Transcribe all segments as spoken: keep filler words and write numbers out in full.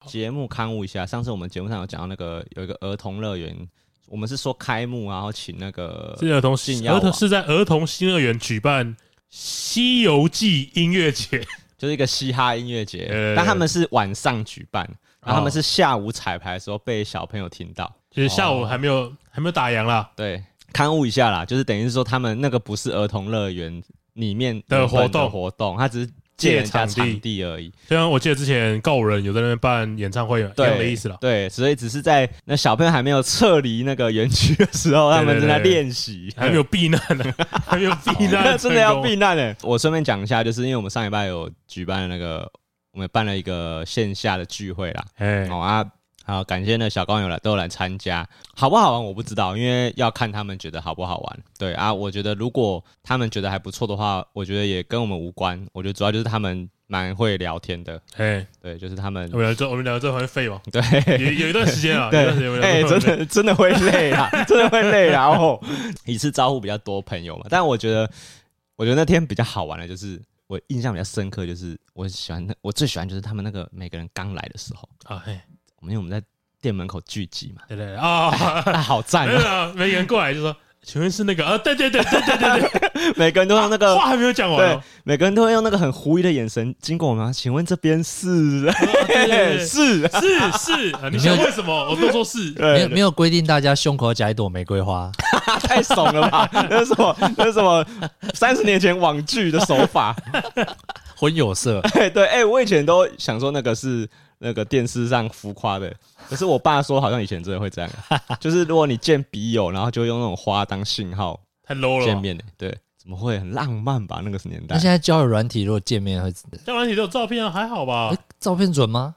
节目刊物一下，上次我们节目上有讲到那个有一个儿童乐园，我们是说开幕，然后请那个是儿童儿童是在儿童新乐园举办《西游记》音乐节， 就是一个嘻哈音乐节，但他们是晚上举办，然后他们是下午彩排的时候被小朋友听到， 就是下午还没有、哦、还没有打烊啦。 对，刊物一下啦，就是等于是说他们那个不是儿童乐园里面的活动， 活动，他只是借人家场地而已。 虽然我记得之前告五人有在那边办演唱会，一样的意思啦。 对，所以只是在那小朋友还没有撤离那个园区的时候，他们正在练习， 还没有避难呢，还没有避难， 真的要避难呢。我顺便讲一下，就是因为我们上礼拜有举办了那个，我们办了一个线下的聚会啦。哎，哦啊。好，感谢那小高友来都有来参加，好不好玩我不知道，因为要看他们觉得好不好玩。对啊，我觉得如果他们觉得还不错的话，我觉得也跟我们无关。我觉得主要就是他们蛮会聊天的。哎，对，就是他们。我们聊，我们聊这很废嘛。 对， 有有一段时间啊， 对，哎、欸，真的真的会累啊，真的会累啊。然后一次招呼比较多朋友嘛，但我觉得，我觉得那天比较好玩的就是。我印象比较深刻，就是我喜欢，我最喜欢就是他们那个每个人刚来的时候啊，嘿，因为我们在店门口聚集嘛， 对对啊， 好赞啊！ 每个人过来就说：“请问是那个啊？”对对对对对对对， 每个人都用那个话还没有讲完、哦， 每个人都会用那个很狐疑的眼神经过我们。请问这边是？ 啊、对对对是是是、啊，你想为什么？我都说是， 没有没有规定大家胸口夹一朵玫瑰花。 太怂了吧！那是什么？那是什么？三十年前网剧的手法， 婚有色。 哎，对，哎、欸，我以前都想说那个是那个电视上浮夸的，可是我爸说好像以前真的会这样，就是如果你见笔友，然后就用那种花当信号， 太 low 了。 见面的，对，怎么会很浪漫吧？那个年代。 那现在交友软体如果见面会， 交友软体都有照片啊，还好吧？ 欸、照片准吗？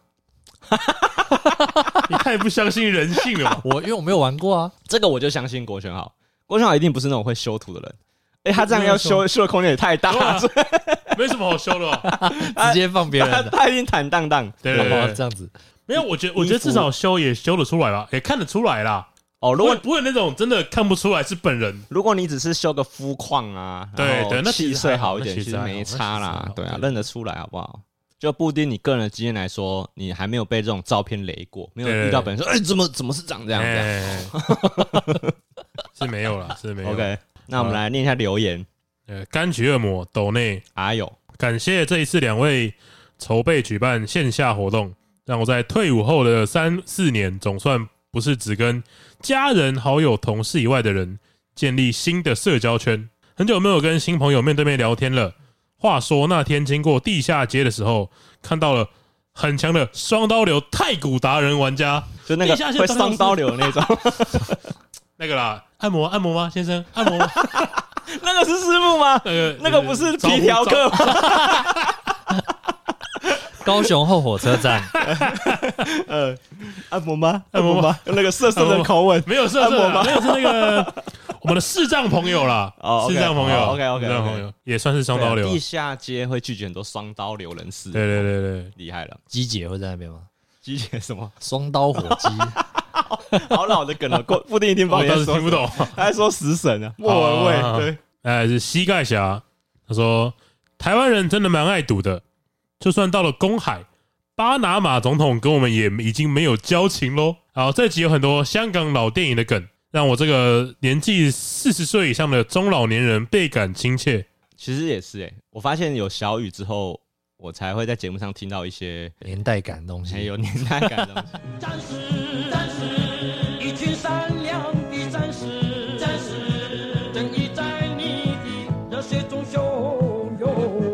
你太不相信人性了吧？ 我因为我没有玩过啊， 这个我就相信国权好。郭轩豪一定不是那种会修图的人，哎、欸，他这样要修修的空间也太大了， 没什么好修的、哦， 直接放别人的， 他, 他一定坦荡荡， 对对对， 这样子。 没有，我觉得我觉得至少修也修得出来吧，也看得出来啦。哦，如果不会那种真的看不出来是本人， 如果你只是修个肤况啊， 对对，那气色好一点，其实没差啦，对啊，认得出来好不好？就布丁，你个人的经验来说，你还没有被这种照片雷过，没有遇到本人说，哎、欸，怎么怎么是长这样子？ 是没有啦，是没有。 OK， 那我们来念一下留言。 呃，柑橘恶魔斗内， 哎呦， 感谢这一次两位筹备举办线下活动，让我在退伍后的三四年，总算不是只跟家人、好友、同事以外的人建立新的社交圈。很久没有跟新朋友面对面聊天了。话说那天经过地下街的时候，看到了很强的双刀流太古达人玩家， 就那个会双刀流的那种， 那个啦，按摩按摩吗，先生？按摩吗？ 那个是师傅吗？那个那个不是皮条客吗？ 高雄后火车站， 呃，按摩吗？按摩吗？用那个色色的口吻， 没有色色吗？没有是那个我们的视障朋友啦， 哦， 视障朋友 ，OK OK， 视障朋友也算是双刀流。 地下街会拒绝很多双刀流人士， 对对对对， 厉害了。 鸡姐会在那边吗？ 鸡姐什么？ 双刀火鸡， 好老的梗了，布丁一定不我当时听不懂， 他还说食神啊，莫文蔚，对， 哎，是膝盖侠，他说台湾人真的蛮爱赌的。就算到了公海，巴拿马总统跟我们也已经没有交情咯。好，这集有很多香港老电影的梗，让我这个年纪四十岁以上的中老年人倍感亲切。 其实也是哎、欸，我发现有小雨之后，我才会在节目上听到一些年代感的东西， 有年代感的东西。 战士，战士，一群善良的战士，战士，正义在你的热血中汹涌。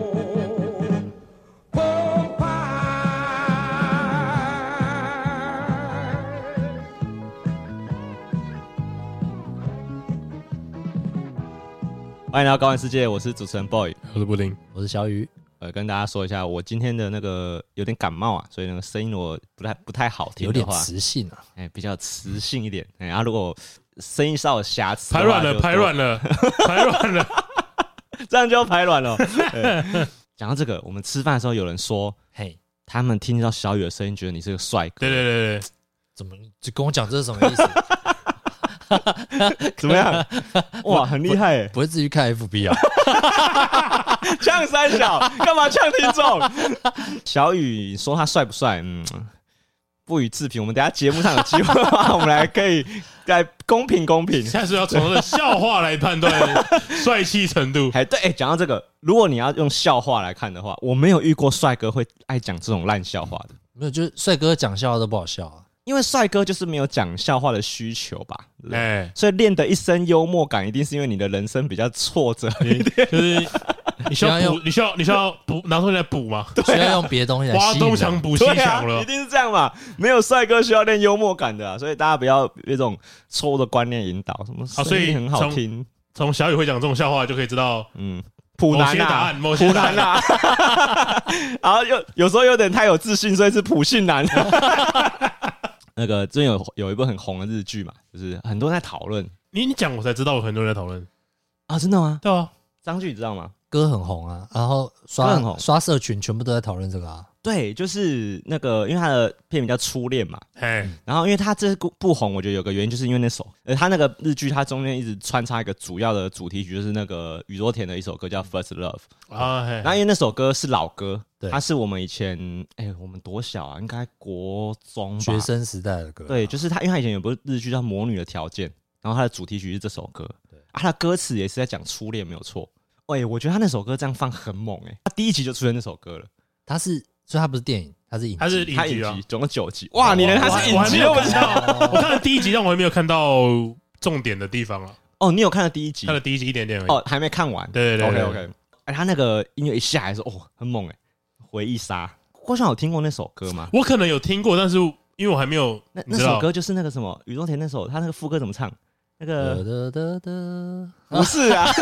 欢迎来到高玩世界，我是主持人 Boy， 我是布丁， 我是小雨。 呃，跟大家说一下，我今天的那个有点感冒啊，所以那个声音我不太不太好听的话， 有点磁性啊， 哎、欸，比较磁性一点。哎、欸，然后如果声音稍有瑕疵， 排卵了，排卵了，排卵了， 这样就要排卵了。讲到这个，我们吃饭的时候有人说，嘿，他们听到小雨的声音，觉得你是个帅哥。 对对对对， 怎么就跟我讲这是什么意思？ 怎么样？哇，很厉害耶！ 不会自己看 F B 啊？ 呛三小，干嘛呛听众？小雨说他帅不帅？嗯， 不予置评。我们等一下节目上有机会的话，我们来可以来公平公平。 现在是要从他的笑话来判断帅气程度。 哎，对，哎，讲到这个，如果你要用笑话来看的话，我没有遇过帅哥会爱讲这种烂笑话的。 没有，就是帅哥讲笑话都不好笑啊。 因为帅哥就是没有讲笑话的需求吧，哎、 欸， 所以练的一身幽默感，一定是因为你的人生比较挫折一点， 就是你需要补，你需要你需要补拿出来补吗？ 需要用别的东西来挖东墙补西墙了、 啊，一定是这样嘛？没有帅哥需要练幽默感的、啊，所以大家不要有这种错误的观念引导，什么声音很好听， 从小雨会讲这种笑话就可以知道， 嗯。普男啊， 答案，某些答案啊，然后又有时候有点太有自信，所以是普信男。那个最近有有一部很红的日剧嘛，就是很多人在讨论。 你你讲我才知道，有很多人在讨论啊，真的吗？ 对啊， 张剧你知道吗？ 歌很红啊，然后刷刷社群全部都在讨论这个啊。 对，就是那个，因为他的片名叫《初恋》嘛， 哎， 然后因为他这不红，我觉得有个原因，就是因为那首，呃，他那个日剧，它中间一直穿插一个主要的主题曲，就是那个宇多田的一首歌叫《First Love》啊，然后因为那首歌是老歌，它是我们以前，哎、欸，我们多小啊，应该国中吧， 学生时代的歌、啊， 对，就是他，因为他以前有部日剧叫《魔女的条件》，然后他的主题曲是这首歌，对，啊，他的歌词也是在讲初恋，没有错，哎、欸，我觉得他那首歌这样放很猛、欸，哎，他第一集就出现那首歌了， 他是。所以它不是电影，它是影集， 它是影集啊， 总共九集。哇，你连它是影集都不知道？ 我看了第一集，但我还没有看到重点的地方啊。 哦，你有看了第一集？ 看了第一集一点点而已。 哦，还没看完。 对对对 ，OK OK。哎，他那个音乐一下来说，哦，很猛哎，回忆杀。郭襄有听过那首歌吗？ 我可能有听过，但是因为我还没有。 那那首歌就是那个什么宇多田那首，他那个副歌怎么唱？那个不是啊。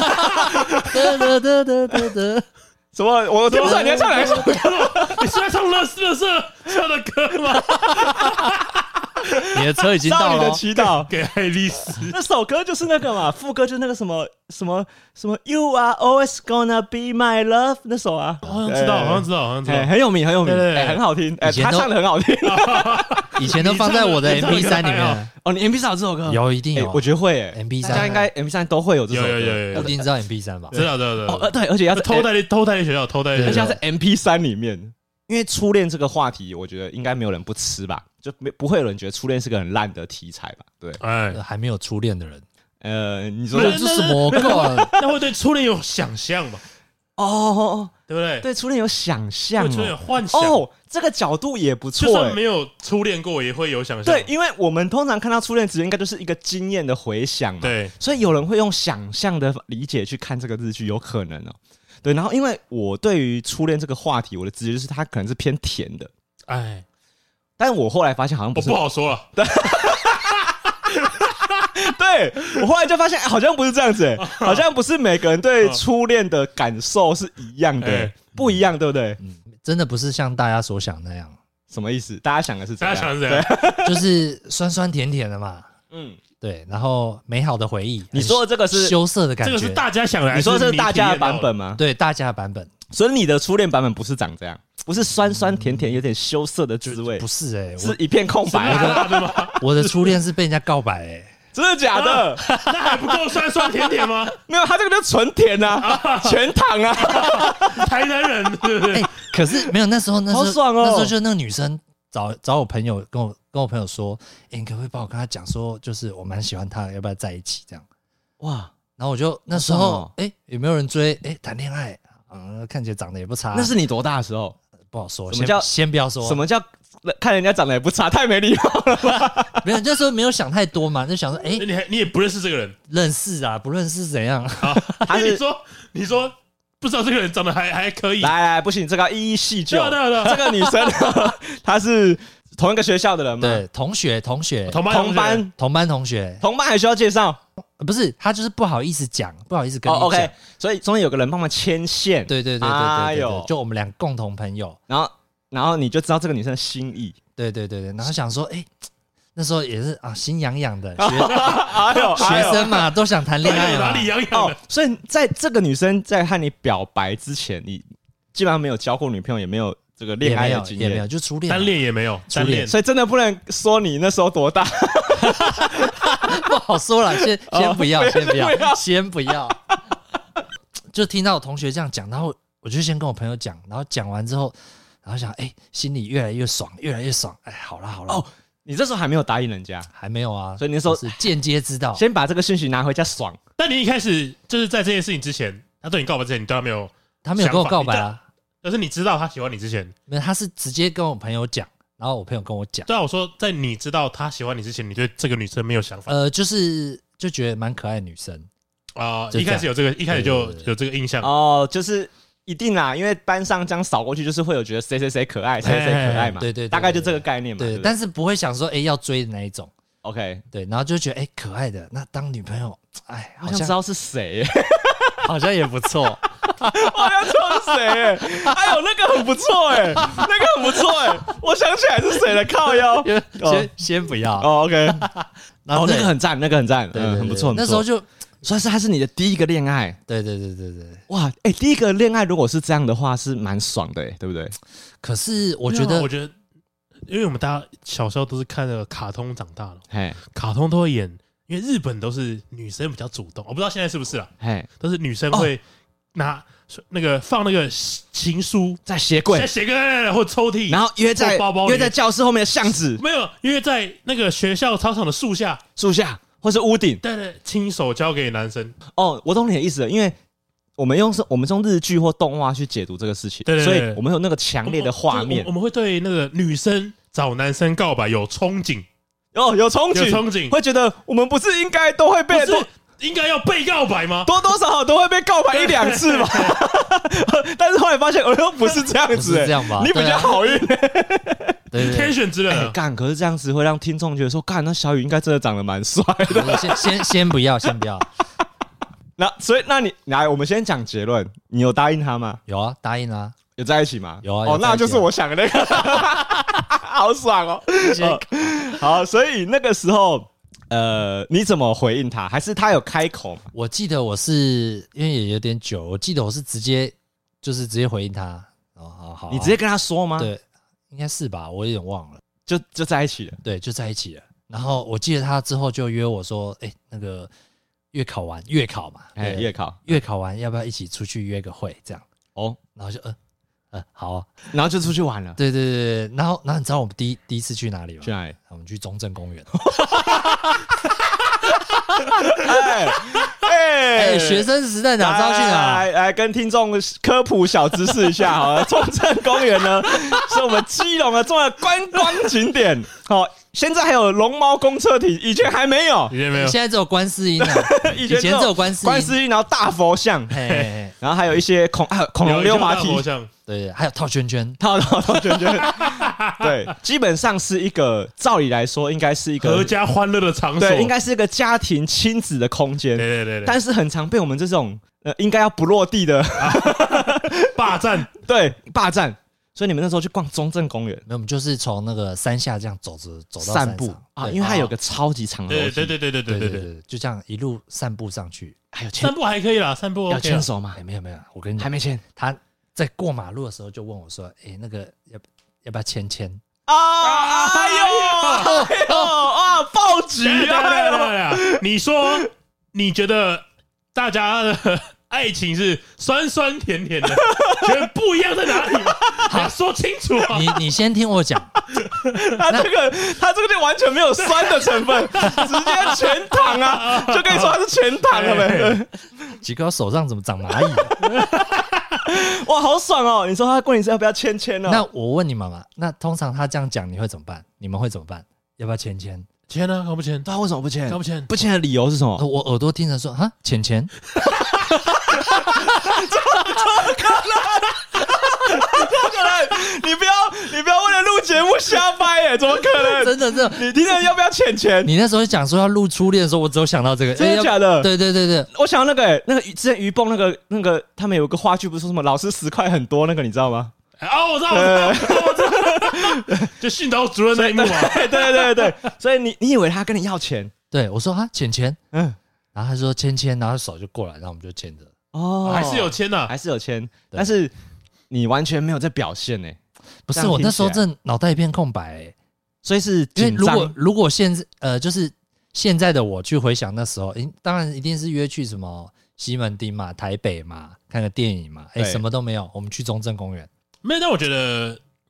什么？我听不出来你要唱哪一首歌？ 你是在唱乐乐色车的歌吗？ 你的车已经到了。 少女的祈祷给爱丽丝。 那首歌就是那个嘛，副歌就是那个什么什么什么 You are always gonna be my love 那首啊。 好像知道，好像知道，好像知道， 很有名，很有名，哎，很好听。哎，他唱的很好听。 以前都放在我的 M P 三 里面。 哦，你 M P 三有这首歌？ 有，一定有。 我觉得会。哎 ，M P 三大家应该 M P 三都会有这首歌。 有有有有， 一定知道 M P 三吧？ 知道知道知道。 哦，对，而且要偷带偷带学校偷带， 而且要在 M P 三 里面。因为初恋这个话题，我觉得应该没有人不吃吧，就没不会有人觉得初恋是个很烂的题材吧？对， 哎，还没有初恋的人， 呃，你说这是什么歌？ 那会对初恋有想象吧？ 哦， 对不对？ 对初恋有想象， 对初恋有幻想哦，这个角度也不错。 就算没有初恋过，也会有想象。 对，因为我们通常看到初恋，直接应该就是一个经验的回想嘛。 对， 所以有人会用想象的理解去看这个日剧，有可能哦。对，然后因为我对于初恋这个话题，我的直觉就是它可能是偏甜的， 哎， 但我后来发现好像不是， 我不好说了。 对，对我后来就发现好像不是这样子，哎，好像不是每个人对初恋的感受是一样的，不一样，对不对？ 嗯，真的不是像大家所想那样。 什么意思？大家想的是怎样？ 大家想的是怎样？ 就是酸酸甜甜的嘛。 嗯。 对，然后美好的回忆。 你说的这个是羞涩的感觉， 这个是大家想的。 你说的是大家的版本吗？ 对，大家的版本。 所以你的初恋版本不是长这样，不是酸酸甜甜、有点羞涩的滋味， 不是哎、欸， 是一片空白的。我的初恋是被人家告白哎、欸， 真的假的？ 啊、那还不够酸酸甜甜吗？ 没有，他这个就纯甜啊，全糖啊， 台南人对不对？ 欸、可是没有，那时候那时候好爽哦， 那时候就那个女生。找找我朋友跟我跟我朋友说，哎、欸，你可不可以帮我跟他讲说，就是我蛮喜欢他的，要不要在一起这样？哇！然后我就那时候，哎、哦欸，有没有人追？哎、欸，谈恋爱，嗯，看起来长得也不差。 那是你多大的时候？ 不好说。 什么叫先不要说？ 什么叫看人家长得也不差？太没礼貌了吧？ 没有，那时候没有想太多嘛，就想说，哎、欸， 你还你也不认识这个人？ 认识啊，不认识怎样？ 啊，他是你说你说。不知道这个人长得还还可以， 来来，不行，这个要一一细究。 对对对， 这个女生她是同一个学校的人吗？ 对，同学，同学， 同班， 同班， 同班同学， 同班还需要介绍？ 不是，他就是不好意思讲，不好意思跟你讲。 哦 OK， 所以中间有个人帮忙牵线。 对对对对对对对，哎、就我们俩共同朋友。 然后，然后你就知道这个女生的心意。 对对对对，然后想说，哎、欸。那时候也是啊，心痒痒的，学哎呦学生嘛，都想谈恋爱嘛， 哪里痒痒哦？所以在这个女生在和你表白之前，你基本上没有交过女朋友，也没有这个恋爱的经验， 也没有，就初恋， 单恋也没有，单恋， 所以真的不能说你那时候多大， 不好说了，先先不要， 哦、 先不要，先不要。就听到我同学这样讲，然后我就先跟我朋友讲，然后讲完之后。 然后想哎、欸，心里越来越爽，越来越爽，哎，好了好了。哦， 你这时候还没有答应人家， 还没有啊， 所以你那时候是间接知道， 先把这个讯息拿回家爽。 但你一开始就是在这件事情之前，他对你告白之前，你对他没有， 他没有跟我告白啊， 但是你知道他喜欢你之前， 没有，他是直接跟我朋友讲，然后我朋友跟我讲。 对啊，我说在你知道他喜欢你之前，你对这个女生没有想法？ 呃，就是就觉得蛮可爱的女生啊、呃，一开始有这个，一开始就有这个印象哦，就是一定啦，因为班上这样扫过去，就是会有觉得谁谁谁可爱，谁谁谁可爱嘛， 对 对, 对， 大概就这个概念嘛。 对， 对对但是不会想说哎、欸、要追的那一种。 OK， 对，然后就觉得哎、欸、可爱的，那当女朋友，哎， 好像知道是谁， 好像也不错。 我好像知道是谁，哎呦，那个很不错哎，那个很不错哎，我想起来是谁了，靠腰。 先先不要哦 ，OK， 然后那个很赞，那个很赞，嗯，很不错。 那时候就。 所以是他是你的第一个恋爱， 对对对对对， 哇，哎、欸，第一个恋爱如果是这样的话，是蛮爽的，哎，对不对？ 可是我觉得， 我觉得，因为我们大家小时候都是看那个卡通长大的， 嘿， 卡通都会演，因为日本都是女生比较主动，我不知道现在是不是啊， 嘿， 都是女生会拿那个放那个情书在鞋柜、 在鞋柜或抽屉， 然后约在包包约在教室后面的巷子， 没有约在那个学校操场的树下， 树下。或是屋顶， 对对，亲手交给男生。 哦，我懂你的意思了，因为我们用是，我们用日剧或动画去解读这个事情， 对对对， 所以我们有那个强烈的画面， 我们会对那个女生找男生告白有憧憬， 哦，有憧憬， 有憧憬， 会觉得我们不是应该都会被多应该要被告白吗？ 多多少少都会被告白一两次嘛。但是后来发现，我又不是这样子， 这样吧？ 你比较好运。 对，天选之人干、欸，可是这样子会让听众觉得说，干，那小雨应该真的长得蛮帅的。 先先先不要，先不要。 那所以，那你来，我们先讲结论。你有答应他吗？ 有啊，答应啊， 有在一起吗？ 有啊。 哦，那就是我想的那个，好爽哦。哦好，所以那个时候，呃，你怎么回应他？还是他有开口吗？ 我记得我是因为也有点久，我记得我是直接就是直接回应他。哦，好好， 你直接跟他说吗？ 对。应该是吧，我有点忘了， 就就在一起了， 对，就在一起了。然后我记得他之后就约我说，哎、欸，那个月考完，月考嘛， 哎、欸，月考， 月考完要不要一起出去约个会？这样哦， 然后就呃呃好、啊， 然后就出去玩了。 对对对对，然后然后你知道我们第一第一次去哪里吗？ 去哪里？ 我们去中正公园。 哎哎哎，学生时代哪知道去哪？ 来来跟听众科普小知识一下好了。中正公园呢，是我们基隆的重要观光景点。好，现在还有龙猫公车体，以前还没有， 以前没有， 现在只有观世音啊。以前只有观世音， 观世音，然后大佛像，然后还有一些恐还有恐龙溜滑梯， 对，还有套圈圈， 套套套圈圈。对，基本上是一个，照理来说应该是一个阖家欢乐的场所， 对，应该是一个家庭亲子的空间。 对对对对， 但是很常被我们这种呃应该要不落地的霸占， 对，霸占。所以你们那时候去逛中正公园， 没有，我们就是从那个山下这样走着走到散步啊，因为它有个超级长的楼梯， 对对对对对对对对， 就这样一路散步上去。 还有散步还可以啦，散步要牵手吗？ 没有没有，我跟你讲还没牵。 他在过马路的时候就问我说：“哎，那个要要不要牵牵？” 啊！哎呦！哎呦！啊！暴击啊！ 你说你觉得大家的爱情是酸酸甜甜的，觉得不一样在哪里吗？好，说清楚啊！ 你你先听我讲， 他这个他这个就完全没有酸的成分，直接全糖啊！就跟你说他是全糖了没？ 吉哥手上怎么长蚂蚁？ 哇，好爽哦！你说他问你是要不要牵牵哦？ 那我问你们嘛，那通常他这样讲，你会怎么办？你们会怎么办？要不要牵牵？ 牵啊，干不牵？ 他为什么不牵？ 干不牵？ 不牵的理由是什么？ 我耳朵听着说，哈，牵牵。 怎么可能？怎么可能？你不要，你不要为了录节目瞎掰耶！怎么可能？ 真的，真的。 你听着要不要钱钱？ 你那时候讲说要录初恋的时候，我只有想到这个， 真的假的？ 对对对对， 我想到那个，那个之前鱼蹦那个那个，他们有个话剧，不是说什么老师十块很多那个，你知道吗？ 哦，我知道，我知道，我知道，就训导主任那一幕啊。 对对对对，所以你你以为他跟你要钱？ 对我说哈，钱钱，嗯，然后他说牵牵，然后手就过来，然后我们就牵着。 哦， 还是有签的， 还是有签，但是你完全没有在表现呢。 不是，我那时候正脑袋一片空白、欸， 所以是因为如果如果现在呃，就是现在的我去回想那时候，欸、当然一定是约去什么西门町嘛、台北嘛，看个电影嘛，哎、欸，什么都没有，我们去中正公园。 没有，但我觉得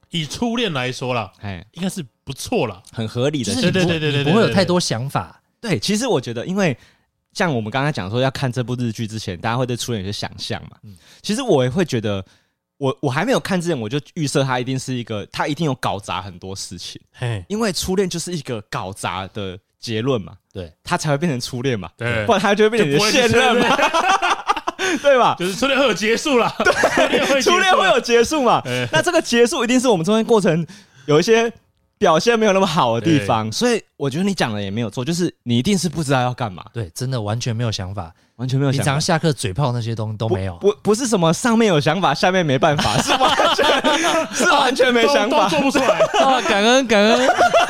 以初恋来说啦，哎，应该是不错啦， 很合理的， 对对对对对，不会有太多想法。 对，其实我觉得，因为像我们刚才讲说要看这部日剧之前，大家会对初恋有些想象嘛。嗯，其实我也会觉得，我我还没有看之前，我就预设他一定是一个，他一定有搞砸很多事情。嘿，因为初恋就是一个搞砸的结论嘛， 对， 他才会变成初恋嘛， 对， 不然他就会变成你的现任嘛。对吧？ 就是初恋会有结束了， 对，初恋会有结束嘛？那这个结束一定是我们中间过程有一些表现没有那么好的地方，所以我觉得你讲的也没有错，就是你一定是不知道要干嘛。 对，真的完全没有想法， 完全没有想法。 平常下课嘴炮那些东西都没有， 不不是什么上面有想法，下面没办法，是完全是完全没想法， 都做不出来啊！感恩感恩。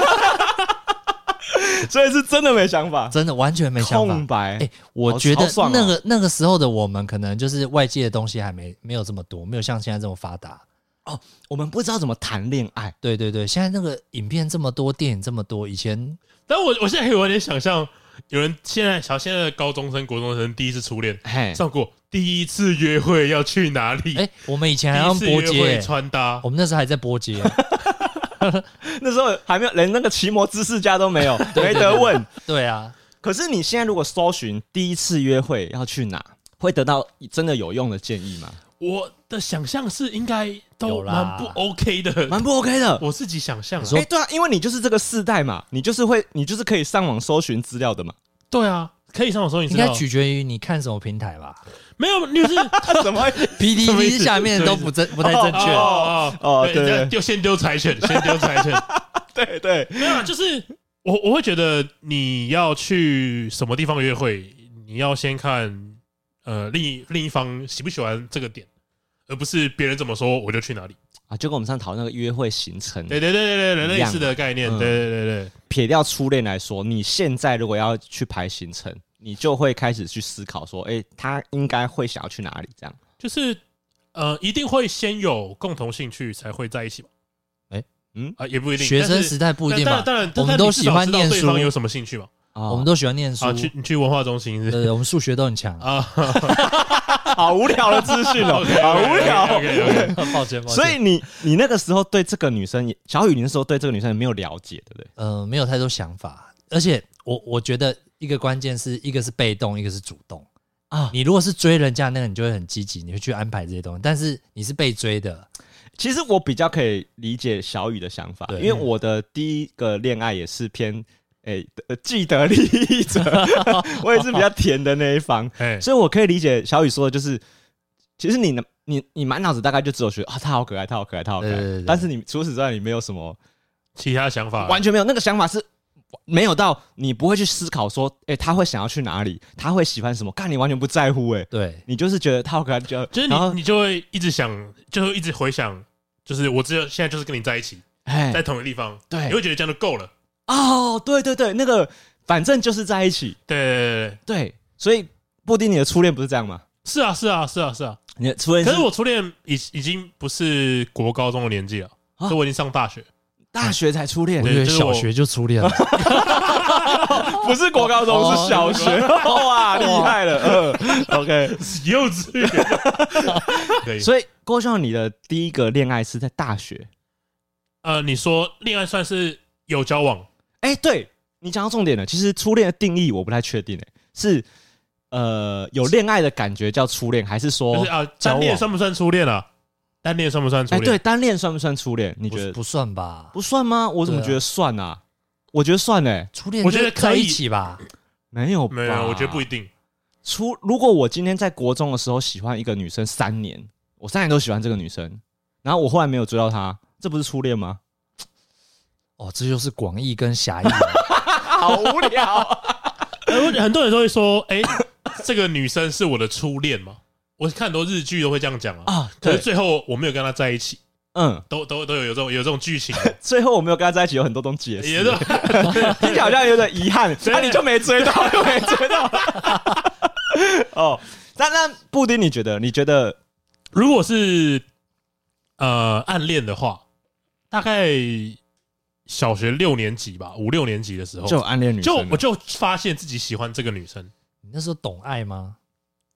所以是真的没想法， 真的完全没想法， 空白。 哎、欸，我觉得那个、哦、那个时候的我们，可能就是外界的东西还没没有这么多，没有像现在这么发达哦。我们不知道怎么谈恋爱。 对对对，现在那个影片这么多，电影这么多，以前， 但我我现在有点想象，有人现在小现在的高中生、国中生第一次初恋，上过第一次约会要去哪里？ 哎、欸，我们以前还要播街穿搭， 我们那时候还在播街。 那时候还没有，连那个奇摩知识家都没有，没得问。 对啊， 可是你现在如果搜寻第一次约会要去哪，会得到真的有用的建议吗？ 我的想象是应该都蛮不 OK 的， 蛮不 OK 的。 我自己想象， 哎、欸，对啊，因为你就是这个世代嘛，你就是会，你就是可以上网搜寻资料的嘛。 对啊，可以上网搜寻资料， 应该取决于你看什么平台吧。 没有，就是什么 P D D 下面都不正不太正确哦哦，对，丢先丢柴犬，先丢柴犬， 对对， 没有，就是我我会觉得你要去什么地方约会，你要先看呃另一另一方喜不喜欢这个点，而不是别人怎么说我就去哪里啊，就跟我们上讨论那个约会行程， 对对对对对，类似的概念，对对对对。 撇掉初恋来说，你现在如果要去排行程，你就会开始去思考说，哎、欸，他应该会想要去哪里？这样就是呃，一定会先有共同兴趣才会在一起嘛？ 哎、欸， 嗯啊，也不一定。 学生时代不一定吧？ 当然， 我们都喜欢念书。 对方有什么兴趣嘛？ 我们都喜欢念书。 啊，去你去文化中心是不是， 对，我们数学都很强啊。 好无聊的资讯哦，好无聊。 抱歉，抱歉。 所以你你那个时候对这个女生，小雨，你那时候对这个女生也没有了解，对不对？ 呃，没有太多想法，而且我我觉得一个关键是一个是被动，一个是主动啊。你如果是追人家那个，你就会很积极，你会去安排这些东西。但是你是被追的， 其实我比较可以理解小雨的想法，因为我的第一个恋爱也是偏。哎、欸，既得利益者，我也是比较甜的那一方，所以我可以理解小雨说的，就是其实你你你满脑子大概就只有觉得啊，他好可爱，他好可爱，他好可爱，對對對對，但是你除此之外，你没有什么其他想法， 完全没有。那个想法是没有到你不会去思考说，哎、欸，他会想要去哪里，他会喜欢什么，干你完全不在乎、欸，哎， 对你就是觉得他好可爱，就就是你你就会一直想，就会一直回想，就是我只有现在就是跟你在一起，在同一个地方，对，你会觉得这样就够了。 哦，对对对，那个反正就是在一起， 对对对 对, 對，所以布丁，你的初恋不是这样吗？ 是啊是啊是啊是啊， 你的初恋， 可是我初恋已已经不是国高中的年纪了，啊、所以我已经上大学， 大学才初恋， 我以为小学就初恋了， 不是国高中、哦、是小学，哇，厉害了，嗯 ，OK， 幼稚园， 所以郭兄，你的第一个恋爱是在大学， 呃，你说恋爱算是？有交往， 哎、欸，对你讲到重点了。其实初恋的定义我不太确定、欸，哎，是呃有恋爱的感觉叫初恋，还是说就是啊单恋算不算初恋啊？单恋算不算初恋？ 哎、欸，对，单恋算不算初恋？你觉得不, 不算吧？ 不算吗？我怎么觉得算啊？啊我觉得算哎、欸， 初恋我觉得在一起吧？ 没有吧， 没有，我觉得不一定。 初如果我今天在国中的时候喜欢一个女生三年，我三年都喜欢这个女生，然后我后来没有追到她，这不是初恋吗？ 哦，这就是广义跟狭义， 好无聊。 很多人都会说，哎、欸，这个女生是我的初恋嘛？我看很多日剧都会这样讲啊。啊，可是最后我没有跟她在一起。嗯，都都都有有这种有这种剧情。 最后我没有跟她在一起，有很多种解释。听起来好像有点遗憾，那、啊、你就没追到，就没追到。哦，那那布丁，你觉得？你觉得如果是呃暗恋的话，大概小学六年级吧，五六年级的时候就有暗恋女生， 就我就发现自己喜欢这个女生。 你那时候懂爱吗？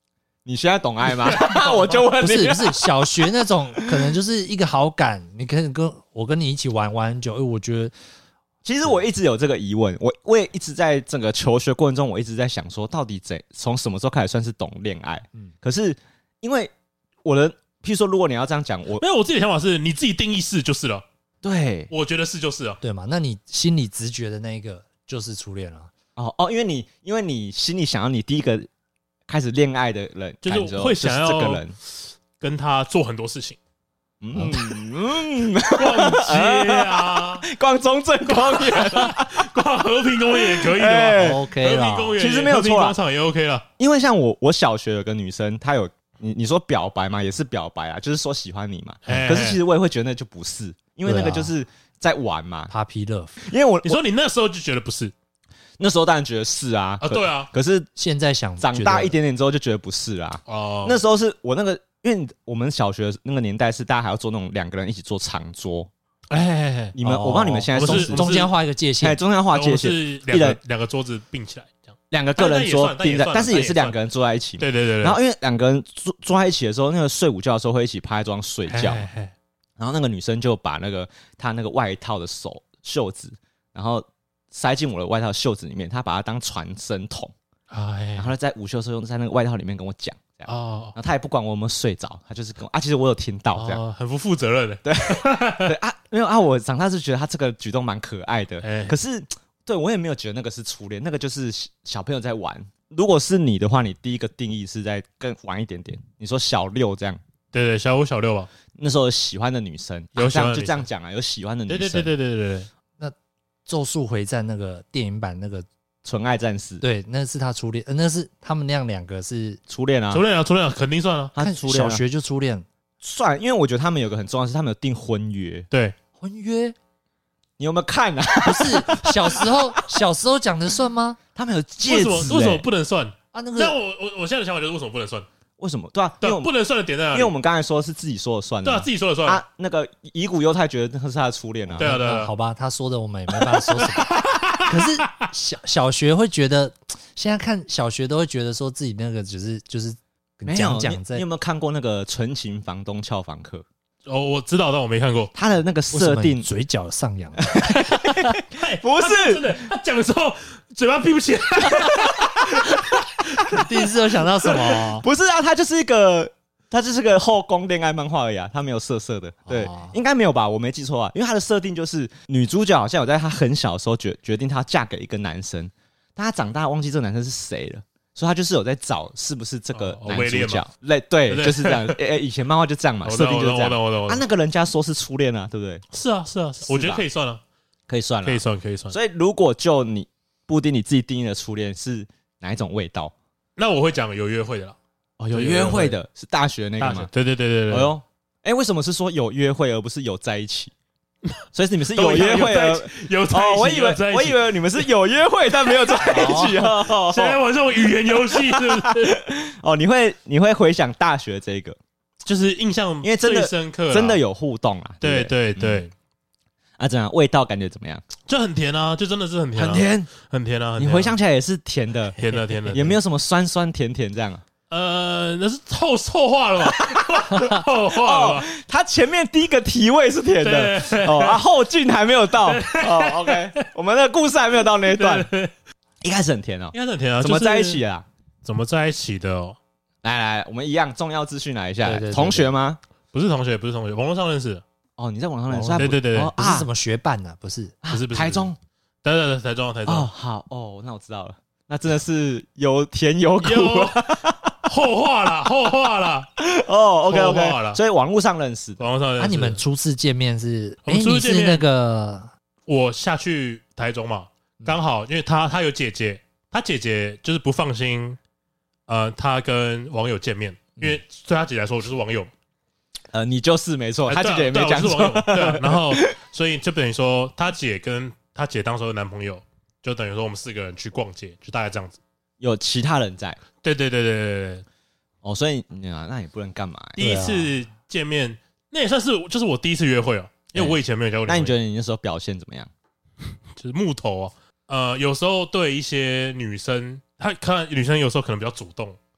你现在懂爱吗？我就问你， 不是不是小学那种，可能就是一个好感，你可以跟我跟你一起玩玩很久，我觉得。 其实我一直有这个疑问，我我也一直在整个求学过程中，我一直在想说，到底怎从什么时候开始算是懂恋爱？嗯，可是因为我的，譬如说，如果你要这样讲，我没有我自己的想法是，你自己定义是就是了。 对， 我觉得是就是了， 对嘛？那你心里直觉的那一个就是初恋了。 哦哦，因为你因为你心里想要你第一个开始恋爱的人， 就是会想要这个人跟他做很多事情。 嗯嗯， 逛街啊， 逛中正公园， 逛和平公园也可以的嘛、欸、 ，OK 啦。 其实没有错啦， 和平广场也 OK 了。 因为像我，我小学有个女生，她有你你说表白嘛，也是表白啊，就是说喜欢你嘛。 欸、 可是其实我也会觉得那就不是，因为那个就是在玩嘛 ，Puppy Love。 因为我你说你那时候就觉得不是， 那时候当然觉得是啊， 啊对啊。 可是现在想长大一点点之后就觉得不是啦。哦，那时候是我那个。因为我们小学那个年代是大家还要做那种两个人一起做长桌，哎，你们、哦、我不知道你们现在中中间画一个界限， 哎，中间画界限， 是两个两个桌子并起来这样， 两个个人桌并在，但是也是两个人坐在一起， 对对对。 然后因为两个人坐坐在一起的时候，那个睡午觉的时候会一起趴在桌上睡觉，嘿嘿嘿然后那个女生就把那个她那个外套的手袖子，然后塞进我的外套袖子里面，她把它当传声筒，哎，然后在午休的时候在那个外套里面跟我讲。哦，然后他也不管我有没有睡着，他就是跟我啊，其实我有听到这样， 哦、很不负责任的， 对对啊，没有啊，我长大是觉得他这个举动蛮可爱的，欸、可是对我也没有觉得那个是初恋，那个就是小朋友在玩。如果是你的话，你第一个定义是在更晚一点点，你说小六这样， 对对，小五小六吧， 那时候有喜欢的女生，有喜欢的女生、啊、就这样讲啊，有喜欢的女生， 对对对对对对对。 那《咒术回战》那个电影版那个。 纯爱战士， 对，那是他初恋、呃，那是他们那样两个是初恋啊， 初恋啊，初恋啊，肯定算啊， 他初恋、啊，小学就初恋， 算，因为我觉得他们有个很重要的是，他们有订婚约， 对， 婚约， 你有没有看啊？ 不是小时候，小时候讲的算吗？ 他们有戒指、欸， 为什么为什么不能算啊？那个， 但我我我现在的想法就是为什么不能算？ 为什么？对啊， 对因为不能算的点在哪里？ 因为我们刚才说是自己说了算的， 对啊，自己说了算啊。那个乙骨忧太觉得那是他的初恋啊， 对啊，对啊， 好吧，他说的我们也没办法说什么。可是小小学会觉得，现在看小学都会觉得说自己那个只是就是讲讲在。 你有没有看过那个《纯情房东俏房客》？ 哦，我知道，但我没看过。 他的那个设定， 嘴角上扬， 不是真的，他讲的时候嘴巴闭不起来。 第一次有想到什么？ 不是啊，他就是一个。他就是个后宫恋爱漫画而已啊，他没有色色的，对，哦、应该没有吧？我没记错啊，因为他的设定就是女主角好像有在她很小的时候决决定她要嫁给一个男生，但她长大忘记这个男生是谁了，所以她就是有在找是不是这个男主角，对、哦、对，就是这样。诶、欸，以前漫画就这样嘛，设定就是这样。啊，那个人家说是初恋啊，对不对？ 是啊，是啊，是我觉得可以算了， 可以算了， 可以算，可以算。 所以如果就你布丁你自己定义的初恋是哪一种味道？ 那我会讲有约会的啦。 哦，有约会的是大学那个吗？ 对对对对对。 哎呦，哎、欸，为什么是说有约会而不是有在一起？所以你们是有约会而有在一起？ 哦，我以为我以为你们是有约会但没有在一起啊！ 现在玩这种语言游戏是不是？ 哦，你会你会回想大学这个， 就是印象因为真的深刻， 真的有互动啊！ 对对对。嗯啊，怎样？味道感觉怎么样？ 就很甜啊，就真的是很甜、啊， 很甜， 很甜啊！ 你回想起来也是甜的， 甜的，甜的， 也没有什么酸酸甜甜这样啊。 呃，那是后后话了吧？后话了吧、哦？ 他前面第一个提味是甜的哦，啊，后劲还没有到哦。OK， 我们的故事还没有到那一段，一开始很甜哦， 一开始很甜啊。 怎么在一起啊？ 怎么在一起的哦？ 来来，我们一样重要资讯来一下。对对对对，同学吗？ 不是同学，不是同学，网络上认识的。 哦，你在网上认识？ 对对对对， 哦、 不是什么学伴呐、啊，不是， 不是不是台中， 对对对，台中台中。 哦，好哦，那我知道了，那真的是有甜有苦。 后话啦，后话啦。 哦 ，OK OK， 所以网络上认识， 网络上认识。 那、啊、你们初次见面是？ 我们初次见面那个， 我下去台中嘛，刚好因为他他有姐姐，他姐姐就是不放心，呃，他跟网友见面，因为对他姐姐来说，我就是网友。 呃，你就是没错，他姐姐也没讲错。 对、啊對啊，然后所以就等于说，他姐跟他姐当时的男朋友，就等于说我们四个人去逛街，就大概这样子。有其他人在， 对对对对对对。 哦，所以啊，那也不能干嘛、欸。 第一次见面，啊、那也算是就是我第一次约会哦、喔，因为我以前没有交过。 那你觉得你那时候表现怎么样？ 就是木头哦、喔，呃，有时候对一些女生，她看女生有时候可能比较主动，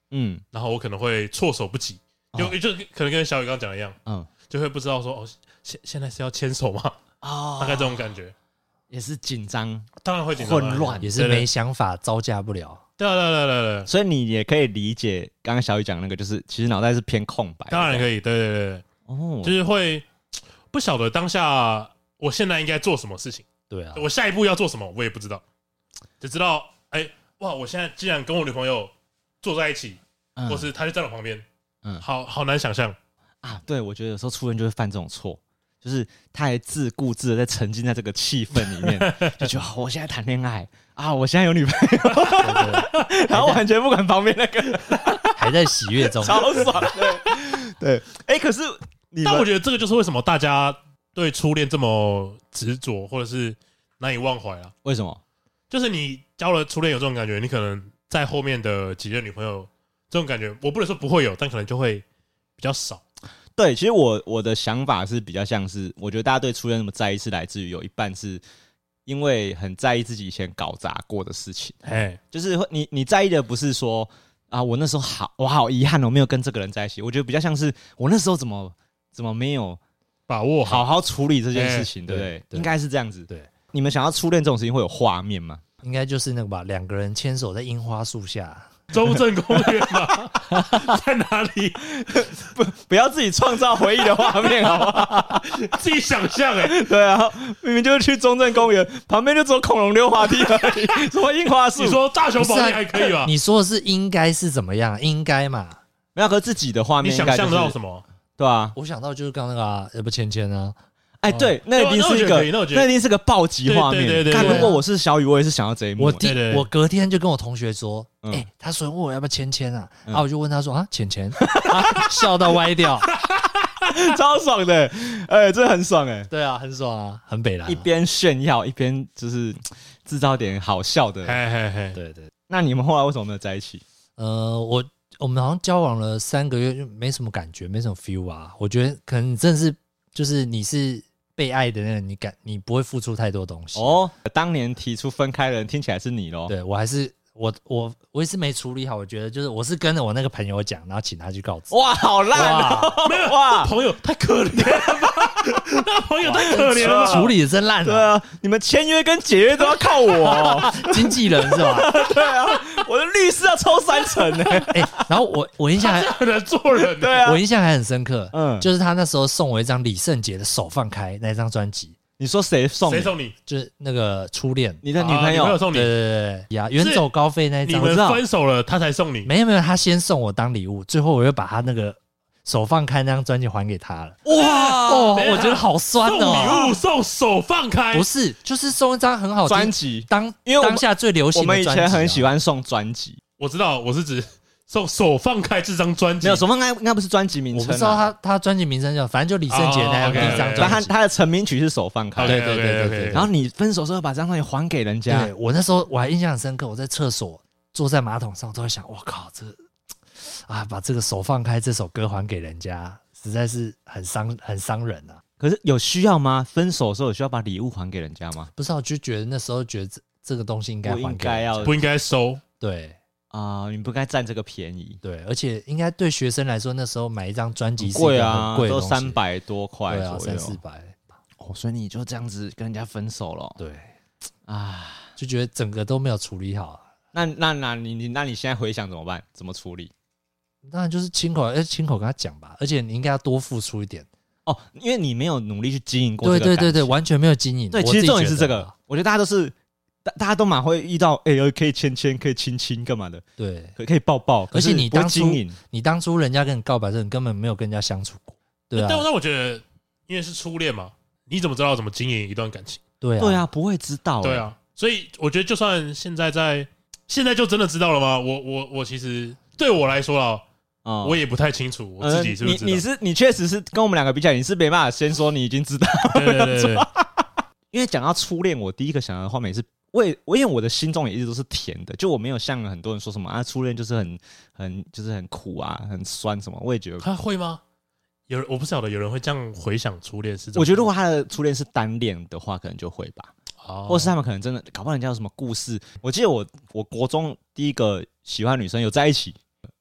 嗯，然后我可能会措手不及，就、哦、就可能跟小雨刚刚讲的一样，嗯，就会不知道说哦，现现在是要牵手吗？哦，大概这种感觉， 也是紧张， 当然会紧张， 混乱，也是没想法，招架不了。 对对对对对， 所以你也可以理解刚刚小雨讲那个，就是其实脑袋是偏空白。 当然可以，对对对对，哦，就是会不晓得当下我现在应该做什么事情。 对啊， 我下一步要做什么，我也不知道，只知道哎、欸、哇，我现在既然跟我女朋友坐在一起，嗯、或是她就站我旁边，嗯，好好难想象啊。对，我觉得有时候初恋就会犯这种错。就是他还自顾自的在沉浸在这个气氛里面，就觉得、哦、我现在谈恋爱啊，我现在有女朋友，对对然后完全不管旁边那个， 还在喜悦中， 超爽。对对，哎、欸，可是你， 但我觉得这个就是为什么大家对初恋这么执着，或者是难以忘怀啊？ 为什么？ 就是你交了初恋有这种感觉，你可能在后面的几任女朋友这种感觉，我不能说不会有，但可能就会比较少。 对，其实我我的想法是比较像是，我觉得大家对初恋那么在意，是来自于有一半是因为很在意自己以前搞砸过的事情。哎，就是你你在意的不是说啊，我那时候好，我好遗憾，我没有跟这个人在一起。我觉得比较像是我那时候怎么怎么没有把握好好处理这件事情，对不对？应该是这样子。对，你们想要初恋这种事情会有画面吗？ 应该就是那个吧，两个人牵手在樱花树下。 中正公园吗？在哪里？ 不，不要自己创造回忆的画面，好不好？ 自己想象哎。 对啊，明明就是去中正公园，旁边就只有恐龙溜滑梯而已，什么樱花树？ 你说大雄宝殿还可以吧？ 你说的是应该是怎么样？应该嘛？ 没有和自己的画面、就是， 你想象到什么？ 对啊， 我想到就是刚刚那个啊，要不芊芊啊。 哎，对，那一定是一个，那一定是个暴击画面。看，如果我是小雨，我也是想要这一幕。 我第我隔天就跟我同学说，哎，他说问我要不要芊芊啊，然后我就问他说啊，芊芊，笑到歪掉， 超爽的，哎，这很爽哎。 对啊，很爽啊，很北蓝。 一边炫耀，一边就是制造点好笑的。 嘿嘿嘿， 对对。 那你们后来为什么没有在一起？ 呃，我我们好像交往了三个月，就没什么感觉，没什么 feel 啊。我觉得可能你真的是，就是你是。被爱的人，你感你不会付出太多东西哦。当年提出分开的人，听起来是你咯。 对我还是我我我也是没处理好。我觉得就是我是跟着我那个朋友讲，然后请他去告知。 哇，好烂哦！ 没有哇，朋友太可怜了吧？那朋友太可怜了， 处理的真烂。 对啊，你们签约跟解约都要靠我、哦， 经纪人是吧？ 对啊，我的律师要抽三成呢、欸。 哎、欸，然后我我印象还很难做人， 对啊， 我印象还很深刻。嗯，就是他那时候送我一张李圣杰的《手放开》那张专辑。 你说谁送？ 谁送你？ 就是那个初恋， 你的女朋友， 啊、女朋友送你。 对对对呀，远走高飞那一张。 你们分手了，他才送你？ 没有没有，他先送我当礼物，最后我又把他那个手放开那张专辑还给他了。 哇哦，我觉得好酸哦！ 送礼物送手放开， 不是，就是送一张很好专辑， 当因为当下最流行的专辑、啊。 我们以前很喜欢送专辑， 我知道，我是指。送手放开这张专辑， 没有手放开，应该不是专辑名称、啊。 我不知道他他专辑名称叫，反正就李圣杰那样第一张专辑。 但他他的成名曲是手放开， 对对对对对。 然后你分手之后把这张专辑还给人家。 对，我那时候我还印象很深刻，我在厕所坐在马桶上都在想，我靠，这啊把这个手放开这首歌还给人家，实在是很伤很伤人啊。 可是有需要吗？分手的时候有需要把礼物还给人家吗？ 不是，我就觉得那时候觉得这这个东西应该还给人家， 不应该要不应该收， 对。 啊、呃，你不该占这个便宜。 对，而且应该对学生来说，那时候买一张专辑贵啊， 很贵， 都三百多块左右， 三四百。 哦，所以你就这样子跟人家分手了。 对，啊，就觉得整个都没有处理好。 那那那你你那你现在回想怎么办？怎么处理？ 当然就是亲口，哎，亲口跟他讲吧。而且你应该要多付出一点哦，因为你没有努力去经营过这个感情。 对对对对，完全没有经营。 对，其实重点是这个，我觉得大家都是。大家都蛮会遇到，哎、欸，可以牵牵，可以亲亲，干嘛的？ 对， 可以抱抱。 而且你当初， 你, 你当初人家跟你告白的时候，你根本没有跟人家相处过，对啊。 但但我觉得，因为是初恋嘛，你怎么知道怎么经营一段感情？ 对啊， 对啊，不会知道、欸。 对啊，所以我觉得，就算现在在，现在就真的知道了吗？我我我其实对我来说啊。哦、我也不太清楚我自己是不是知道、 呃、你, 你是你确实是跟我们两个比起来，你是没办法先说你已经知道。 对对对对。 因为讲到初恋，我第一个想到的画面是。我也我因为我的心中也一直都是甜的，就我没有像很多人说什么啊，初恋就是很很就是很苦啊，很酸什么。我也觉得他会吗？有人我不晓得有人会这样回想初恋是。 我觉得如果他的初恋是单恋的话，可能就会吧，哦、或是他们可能真的搞不好人家有什么故事。我记得我我国中第一个喜欢女生有在一起，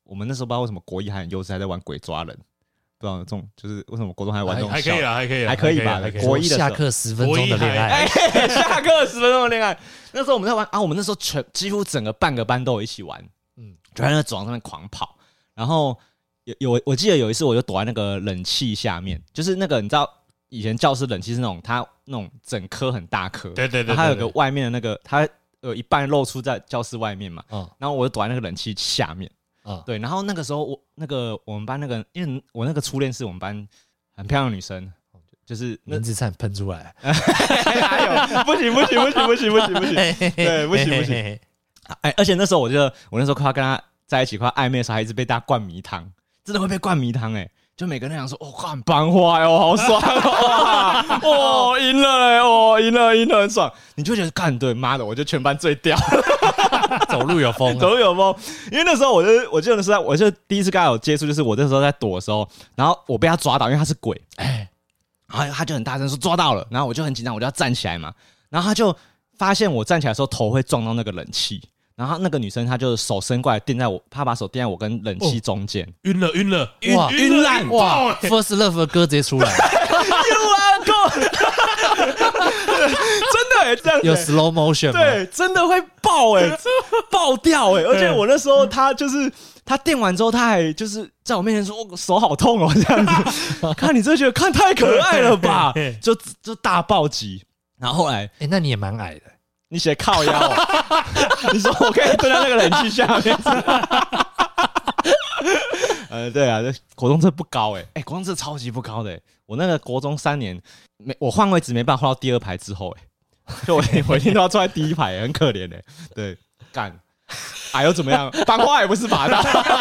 我们那时候不知道为什么国一还很幼稚，还在玩鬼抓人。不知道这种就是为什么国中还玩这种， 还可以啦，还可以啦， 还可以吧？国一的下课十分钟的恋爱， 哎，下课十分钟的恋爱。那时候我们在玩啊，我们那时候全几乎整个半个班都有一起玩，嗯，就在那走廊上面狂跑。然后有有我记得有一次，我就躲在那个冷气下面，就是那个你知道以前教室冷气是那种它那种整颗很大颗， 对对对， 它有个外面的那个，它有一半露出在教室外面嘛，嗯，然后我就躲在那个冷气下面。嗯，对，然后那个时候我那个我们班那个，因为我那个初恋是我们班很漂亮的女生，就是名字差点喷出来， 哪有？不行不行不行不行不行不行，对，不行不行。哎，而且那时候我觉得我那时候快要跟她在一起，快要暧昧的时候，还一直被大家灌迷汤，真的会被灌迷汤哎、欸，就每个人讲说，哦，灌班花哟，好爽哇，哦，赢了哎、欸，哦，赢了赢了很爽，你就觉得干对，妈的，我就全班最屌。 走路有风、啊， 走路有风。因为那时候我就我记得是在我就第一次跟他有接触，就是我那时候在躲的时候，然后我被他抓到，因为他是鬼，哎，然后他就很大声说抓到了，然后我就很紧张，我就要站起来嘛，然后他就发现我站起来的时候头会撞到那个冷气，然后那个女生她就手伸过来垫在我，她把手垫在我跟冷气中间， 晕、哦、了晕了晕哇晕烂哇 ，First Love 的歌直接出来了。 You are go 真的哎、欸，这样子、欸、 有 slow motion 吗？ 对，真的会爆哎、欸，爆掉哎、欸！而且我那时候他就是他电完之后，他还就是在我面前说：“我手好痛哦、喔，这样子。”看你真的觉得看太可爱了吧？就就大暴击。然后后来， 哎、欸，那你也蛮矮的， 你写靠腰、喔，你说我可以蹲在那个冷气下面。呃，对啊，国中这不高哎、欸，哎、欸，国中这超级不高的、欸。我那个国中三年，没我换位置没办法换到第二排之后、欸，哎，就我我一定都要坐在第一排、欸，很可怜哎、欸。对，干，矮又怎么样？班花也不是拔到。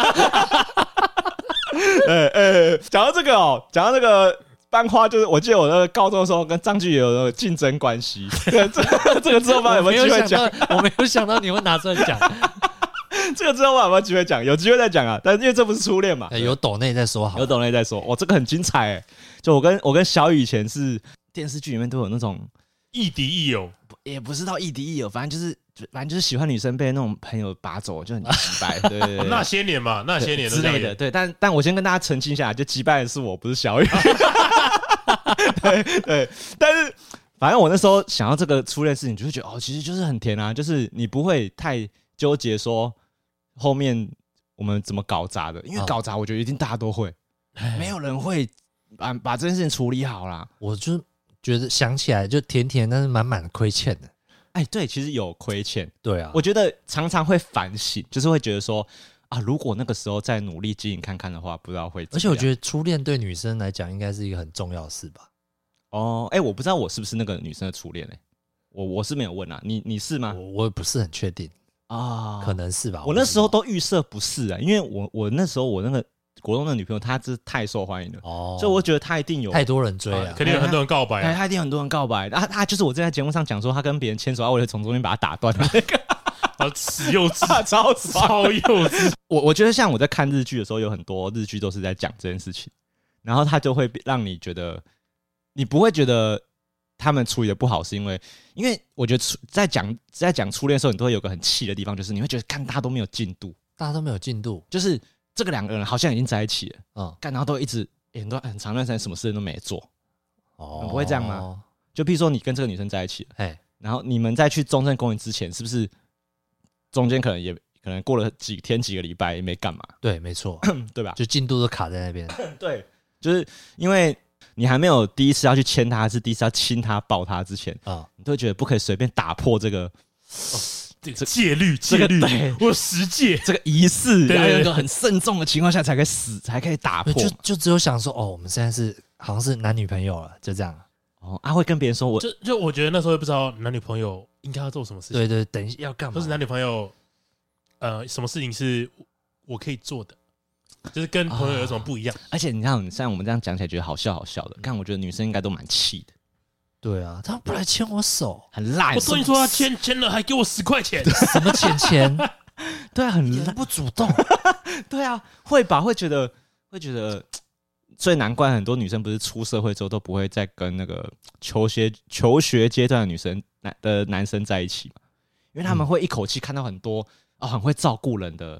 哎哎，讲到这个哦，讲到这个班花，就是我记得我那个高中的时候跟张巨也有那个竞争关系。这这这个之后有没有机会讲？ 我没有想到你会拿出来讲。 这个之后我有没有机会讲？有机会再讲啊！但是因为这不是初恋嘛， 欸、有抖内再说好， 有抖内再说。哦，这个很精彩哎、欸！就我跟我跟小雨以前是电视剧里面都有那种亦敌亦友， 也不是到亦敌亦友，反正就是反正就是喜欢女生被那种朋友拔走，就很鸡掰。对对对， 那些年嘛，那些年之类的。对，但但我先跟大家澄清一下，就击败的是我，不是小雨。对对，但是反正我那时候想到这个初恋事情，就会觉得哦，其实就是很甜啊，就是你不会太纠结说。后面我们怎么搞砸的？因为搞砸，我觉得一定大家都会，没有人会把把这件事情处理好啦。 我就觉得想起来就甜甜，但是满满的亏欠的。 哎，对，其实有亏欠。 对啊， 我觉得常常会反省，就是会觉得说啊，如果那个时候再努力经营看看的话，不知道会怎么样。 而且我觉得初恋对女生来讲，应该是一个很重要的事吧。 哦，哎，我不知道我是不是那个女生的初恋嘞、欸？我我是没有问啊，你你是吗？ 我我也不是很确定。啊、哦，可能是吧。 我那时候都预设不是啊，因为我我那时候我那个国中的女朋友，她真是太受欢迎了，哦，所以我觉得她一定有太多人追了、啊， 肯定有很多人告白、啊， 她一定有很多人告白。她她就是我之前在节目上讲说，她跟别人牵手，她为了从中间把她打断的那个， 啊，死幼稚， 超超幼稚。 我我觉得像我在看日剧的时候，有很多日剧都是在讲这件事情，然后它就会让你觉得，你不会觉得。他们处理的不好，是因为，因为我觉得在讲在讲初恋的时候，你都会有个很气的地方，就是你会觉得，干大家都没有进度， 大家都没有进度， 就是这个两个人好像已经在一起了，嗯，干然后都一直很多很长一段时间什么事都没做，哦，不会这样吗？就譬如说你跟这个女生在一起了，哎，然后你们在去中正公园之前，是不是中间可能也可能过了几天几个礼拜也没干嘛？ 对，没错， 对吧？ 就进度都卡在那边， 对，就是因为。你还没有第一次要去牵他，是第一次要亲他、抱他之前啊，你都会觉得不可以随便打破这个、 哦、这个戒律、戒律，或十戒这个仪式，然后有一个很慎重的情况下才可以死，才可以打破。 就就只有想说，哦，我们现在是好像是男女朋友了，就这样。 哦，啊，会跟别人说我， 就就我觉得那时候也不知道男女朋友应该要做什么事情。 对对，等一下要干嘛？ 都是男女朋友，呃，什么事情是我可以做的。就是跟朋友有什么不一样、啊， 而且你看，像我们这样讲起来觉得好笑好笑的，看我觉得女生应该都蛮气的。 对啊，他不来牵我手， 很烂。 我跟你说他牵牵了，还给我十块钱， 什么钱钱？ 对啊，很烂， 不主动。 对啊，会吧？会觉得会觉得，所以难怪很多女生不是出社会之后都不会再跟那个求学求学阶段的女生男的男生在一起嘛，因为他们会一口气看到很多哦，很会照顾人的。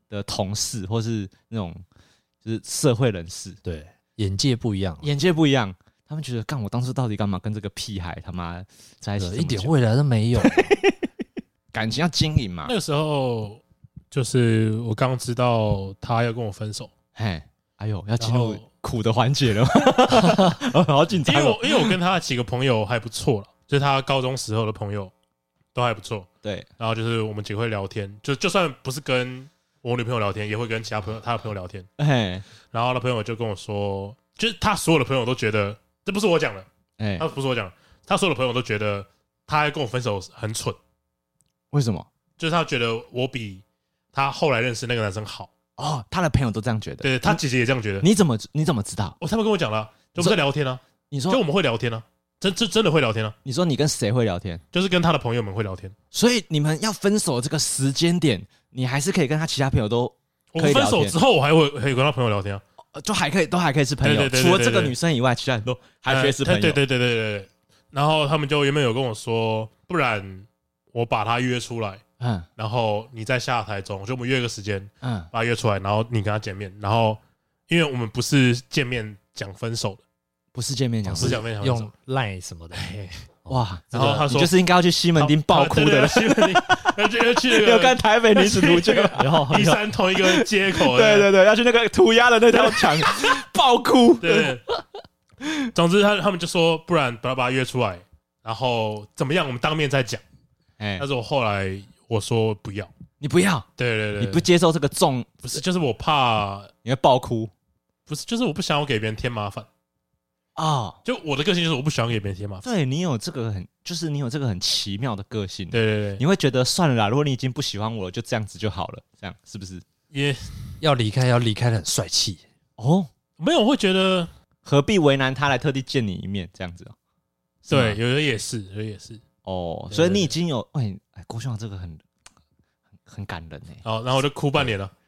的同事或是那种就是社会人士， 对，眼界不一样， 眼界不一样，他们觉得干我当初到底干嘛跟这个屁孩他妈在一起， 一点未来都没有， 感情要经营嘛。 那个时候就是我刚知道他要跟我分手， 嘿，哎呦，要进入苦的环节了吗？好紧张、哦， 因为我因为我跟他几个朋友还不错了，就是他高中时候的朋友都还不错， 对， 然后就是我们几个会聊天，就就算不是跟我女朋友聊天，也会跟其他朋友他的朋友聊天， 哎， 然后他朋友就跟我说，就是他所有的朋友都觉得这不是我讲的，哎，他不是我讲的，他所有的朋友都觉得他跟我分手很蠢， 为什么？ 就是他觉得我比他后来认识那个男生好。 哦，他的朋友都这样觉得， 对他姐姐也这样觉得。 你怎么你怎么知道？ 哦，他们跟我讲了，就我们在聊天啊。 你说， 就我们会聊天啊，真真真的会聊天啊。 你说你跟谁会聊天？ 就是跟他的朋友们会聊天。 所以你们要分手这个时间点，你还是可以跟他其他朋友都可以聊天。 我分手之后，我还会可以跟他朋友聊天啊， 就还可以都还可以是朋友。除了这个女生以外，其他人都还可以是朋友。 对对对对对对。然后他们就原本有跟我说，不然我把他约出来。嗯，然后你再下台中，就我们约个时间，嗯，把他约出来，然后你跟他见面，然后因为我们不是见面讲分手的， 不是见面讲， 不是讲分手， 用 line 什么的， 哇！ 然后他说， 你就是应该要去西门町爆哭的， 西门町要去要去那个有看台北女子图鉴， 然后一山同一个街口， 对对对，要去那个涂鸦的那条墙爆哭， 对。总之他他们就说，不然把他把他约出来，然后怎么样，我们当面再讲。哎，但是我后来。我说不要， 你不要， 对对对， 你不接受这个重， 不是，就是我怕你会爆哭， 不是，就是我不想要给别人添麻烦啊、哦。 就我的个性就是我不喜欢给别人添麻烦。 对你有这个很，就是你有这个很奇妙的个性， 对对对， 你会觉得算了啦，如果你已经不喜欢我了，就这样子就好了，这样是不是？ 也要离开，要离开的很帅气哦。 没有，我会觉得何必为难他来特地见你一面这样子哦。 对，有的也是，有的也是。 哦，所以你已经有哎哎，郭兄这个很很很感人哎。 哦，然后我就哭半年了，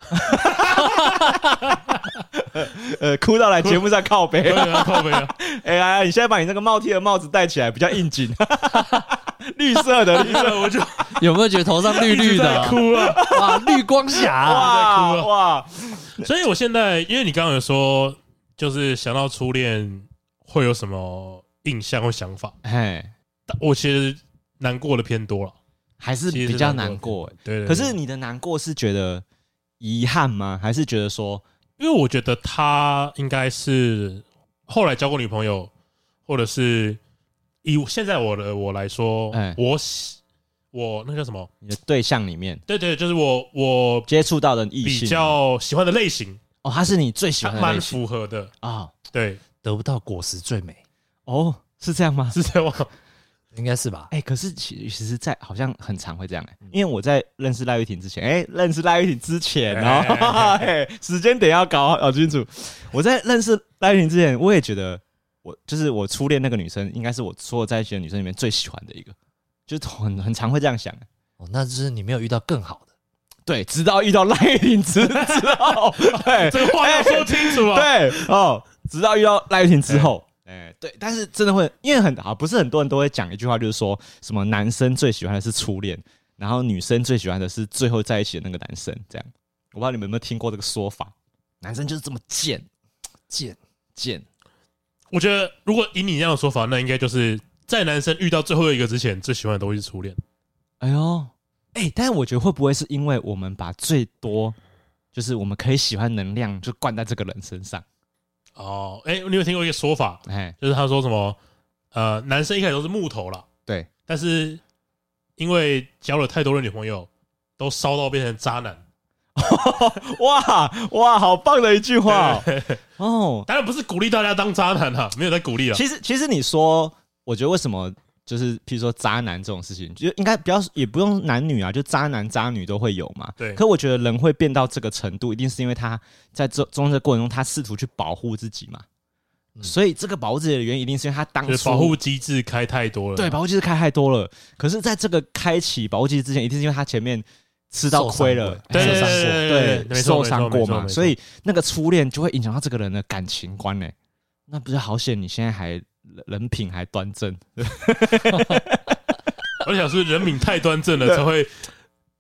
呃，哭到来节目上靠背， 靠背啊！ 哎呀，你现在把你那个帽 T 的帽子戴起来，比较应景，绿色的，绿色，我就有没有觉得头上绿绿的？ 哭了， 哇，绿光侠， 哇哇哇！ 所以我现在，因为你刚刚有说，就是想到初恋会有什么印象或想法，哎，我其实。难过的偏多了， 还是比较难过、欸。 对, 对, 对， 可是你的难过是觉得遗憾吗？还是觉得说， 因为我觉得他应该是后来交过女朋友，或者是以现在我的我来说，欸、我我那叫什么？ 你的对象里面， 对对，就是我我接触到的异性比较喜欢的类型哦，他是你最喜欢的类型， 蛮符合的啊、哦。对， 得不到果实最美哦，是这样吗？ 是这样吗？ 应该是吧？ 哎、欸，可是其其实，在好像很常会这样哎、欸，因为我在认识赖玉婷之前，哎、欸，认识赖玉婷之前哦，哎、欸，时间点要搞搞清楚。我在认识赖玉婷之前，我也觉得我就是我初恋那个女生，应该是我所有在一起的女生里面最喜欢的一个，就是很很常会这样想、欸。 哦，那就是你没有遇到更好的。 对，直到遇到赖玉婷之之后，对， 这个话要说清楚啊。 对哦，直到遇到赖玉婷之后。哎，对，但是真的会，因为很好，不是很多人都会讲一句话，就是说什么男生最喜欢的是初恋，然后女生最喜欢的是最后在一起的那个男生。这样，我不知道你们有没有听过这个说法？男生就是这么贱，贱贱。 我觉得，如果以你这样的说法，那应该就是在男生遇到最后一个之前，最喜欢的都是初恋。 哎呦，哎，但是我觉得会不会是因为我们把最多就是我们可以喜欢能量就灌在这个人身上？ 哦，哎、欸，你有听过一个说法，哎，就是他说什么，呃，男生一开始都是木头啦， 对， 但是因为交了太多的女朋友，都烧到变成渣男。 哇哇，好棒的一句话哦！哦， 当然不是鼓励大家当渣男啊，没有在鼓励啊。 其实，其实你说，我觉得为什么就是譬如说渣男这种事情，就应该不要，也不用男女啊，就渣男渣女都会有嘛。 对。 可我觉得人会变到这个程度，一定是因为他在这中这过程中，他试图去保护自己嘛。嗯、所以这个保护自己的原因，一定是因为他当初保护机制开太多了。 对，保护机制开太多了。可是，在这个开启保护机制之前，一定是因为他前面吃到亏了， 对受伤过， 对， 对，受伤过嘛。所以那个初恋就会影响到这个人的感情观呢、欸。那不是好险，你现在还人品还端正。 我想是人品太端正了，才会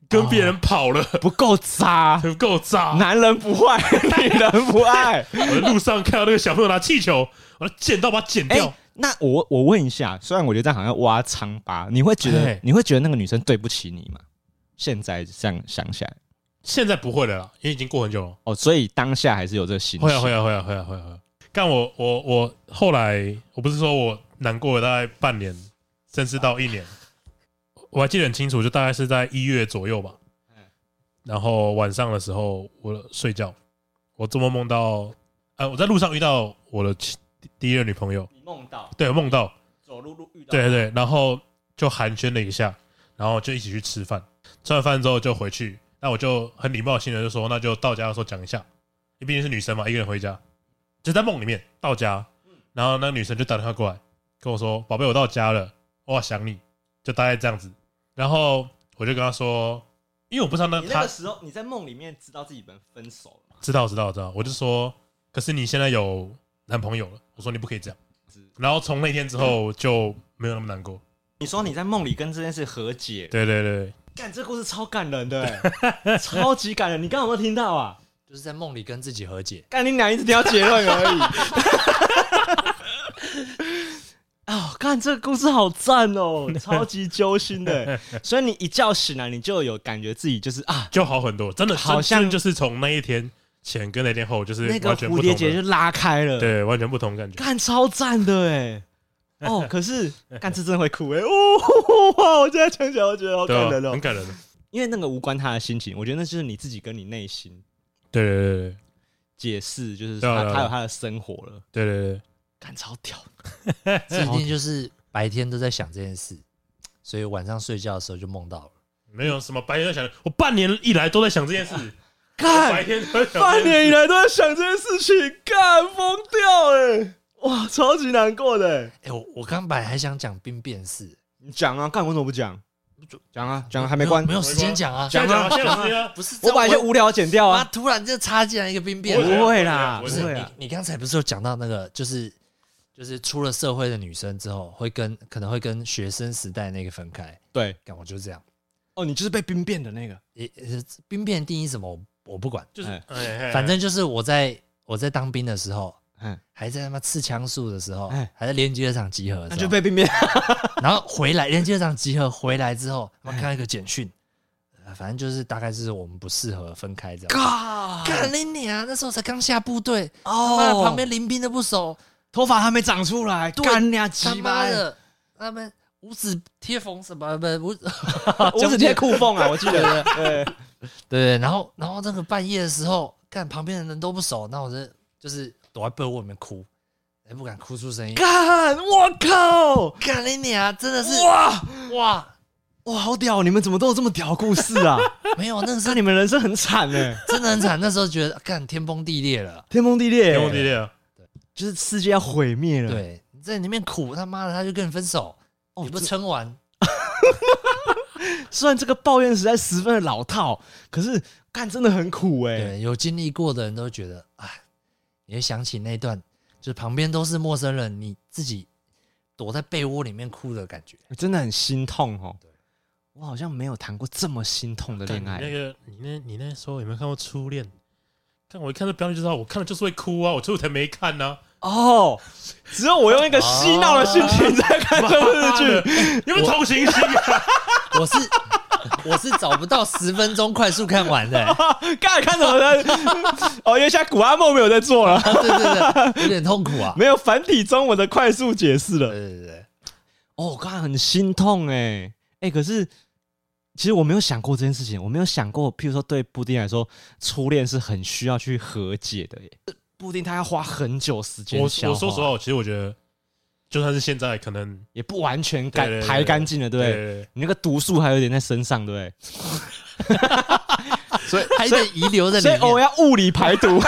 跟别人跑了， 不够渣， 不够渣， 男人不坏，女人不爱。 我在路上看到那个小朋友拿气球，我捡到把它剪掉。欸、 那我我问一下，虽然我觉得这样好像挖疮疤，你会觉得你会觉得那个女生对不起你吗？现在这样想起来， 现在不会了啦，因为已经过很久了。 哦，所以当下还是有这个心情。 会啊会啊会啊会啊会啊会啊！干我我我后来，我不是说我难过了大概半年，甚至到一年。我还记得很清楚，就大概是在一月左右吧。然后晚上的时候，我睡觉，我做梦梦到，呃，我在路上遇到我的第一任女朋友。 你梦到？对， 我梦到。 走路路遇到。 对对，然后就寒暄了一下，然后就一起去吃饭。吃完饭之后就回去，那我就很礼貌性的就说，那就到家的时候讲一下，因为毕竟是女生嘛，一个人回家，就在梦里面到家，然后那个女生就打电话过来跟我说：“宝贝，我到家了，我好想你。”就大概这样子。然后我就跟他说，因为我不知道那你那个时候你在梦里面知道自己们分手了吗？ 知道知道知道，我就说，可是你现在有男朋友了，我说你不可以这样。然后从那天之后就没有那么难过。 你说你在梦里跟这件事和解？ 对对对， 干这故事超感人的、欸，超级感人。你刚刚有没有听到啊？ 就是在梦里跟自己和解。 干你俩一直听到结论而已。哦，看这个故事好赞哦，超级揪心的。所以你一觉醒来，你就有感觉自己就是啊， 就好很多，真的好像就是从那一天前跟那天后，就是那个蝴蝶结就拉开了， 对，完全不同感觉。 看超赞的哎，哦，可是干这真的会哭哎，哦哇！我现在想起来，我觉得好感人哦， 很感人的。 因为那个无关他的心情，我觉得那就是你自己跟你内心， 对对对对， 解释就是他他有他的生活了， 对对对。 干超屌， 这一定就是白天都在想这件事，所以晚上睡觉的时候就梦到了。 没有什么白天在想，我半年以来都在想这件事。 干，白天半年以来都在想这件事情，干疯掉哎、欸！哇，超级难过的哎、欸欸！我我刚本来还想讲兵变事， 你讲啊，干为什么不讲？讲啊，讲啊，还没关， 没有时间讲啊， 讲啊，讲啊， 不是， 我把一些无聊剪掉啊， 突然就插进来一个兵变， 不会啦， 不是你你刚才不是有讲到那个就是。就是出了社会的女生之后，会跟可能会跟学生时代那个分开。 对， 干我就是这样。 哦，你就是被兵变的那个。 也兵变定义什么我，我不管， 就是反正就是我在我在当兵的时候，还在他妈刺枪术的时候，还在连接场集合的时候， 那就被兵变。 然后回来连接场集合回来之后，我看到一个简讯，反正就是大概是我们不适合分开这样。干你娘！那时候才刚下部队，哦，旁边邻兵都不熟。 头发还没长出来，干你鸡巴的！他们五指贴缝什么？不，五五指贴裤缝啊！我记得，对对。然后，然后那个半夜的时候，看旁边的人都不熟，那我就就是躲在被窝里面哭，也不敢哭出声音。 干！我靠！ 干你娘！真的是哇哇哇，好屌！你们怎么都有这么屌的故事啊？ 没有，那个时候你们人生很惨哎， 真的很惨。那时候觉得干天崩地裂了， 天崩地裂， 天崩地裂啊！ 就是世界要毁灭了， 对，你在里面苦，他妈的他就跟你分手，哦、你不撑完。 虽然这个抱怨实在十分的老套，可是干真的很苦哎、欸。 对，有经历过的人都觉得，哎，你会想起那段，就是旁边都是陌生人，你自己躲在被窝里面哭的感觉， 真的很心痛哦。我好像没有谈过这么心痛的恋爱。 那个，你那，你那时候有没有看过《初恋》？看我一看这标题就知道，我看了就是会哭啊，我最后才没看呢、啊。 哦，只有我用一个嬉闹的心情在看这部日剧， 有没有同情心啊？ 我是我是找不到十分钟快速看完的、欸， 刚才看什么呢？哦，因为现在古阿莫没有在做了， 对对对，有点痛苦啊， 没有繁体中文的快速解释了。 对对对， 哦，刚才很心痛哎、欸、哎、欸，可是其实我没有想过这件事情，我没有想过，譬如说对布丁来说，初恋是很需要去和解的耶。布丁他要花很久时间。 我我说实话，其实我觉得，就算是现在，可能也不完全干排干净了，对不对？ 对对对， 你那个毒素还有点在身上，对不对？所以还得遗留在里面， 所以我要物理排毒。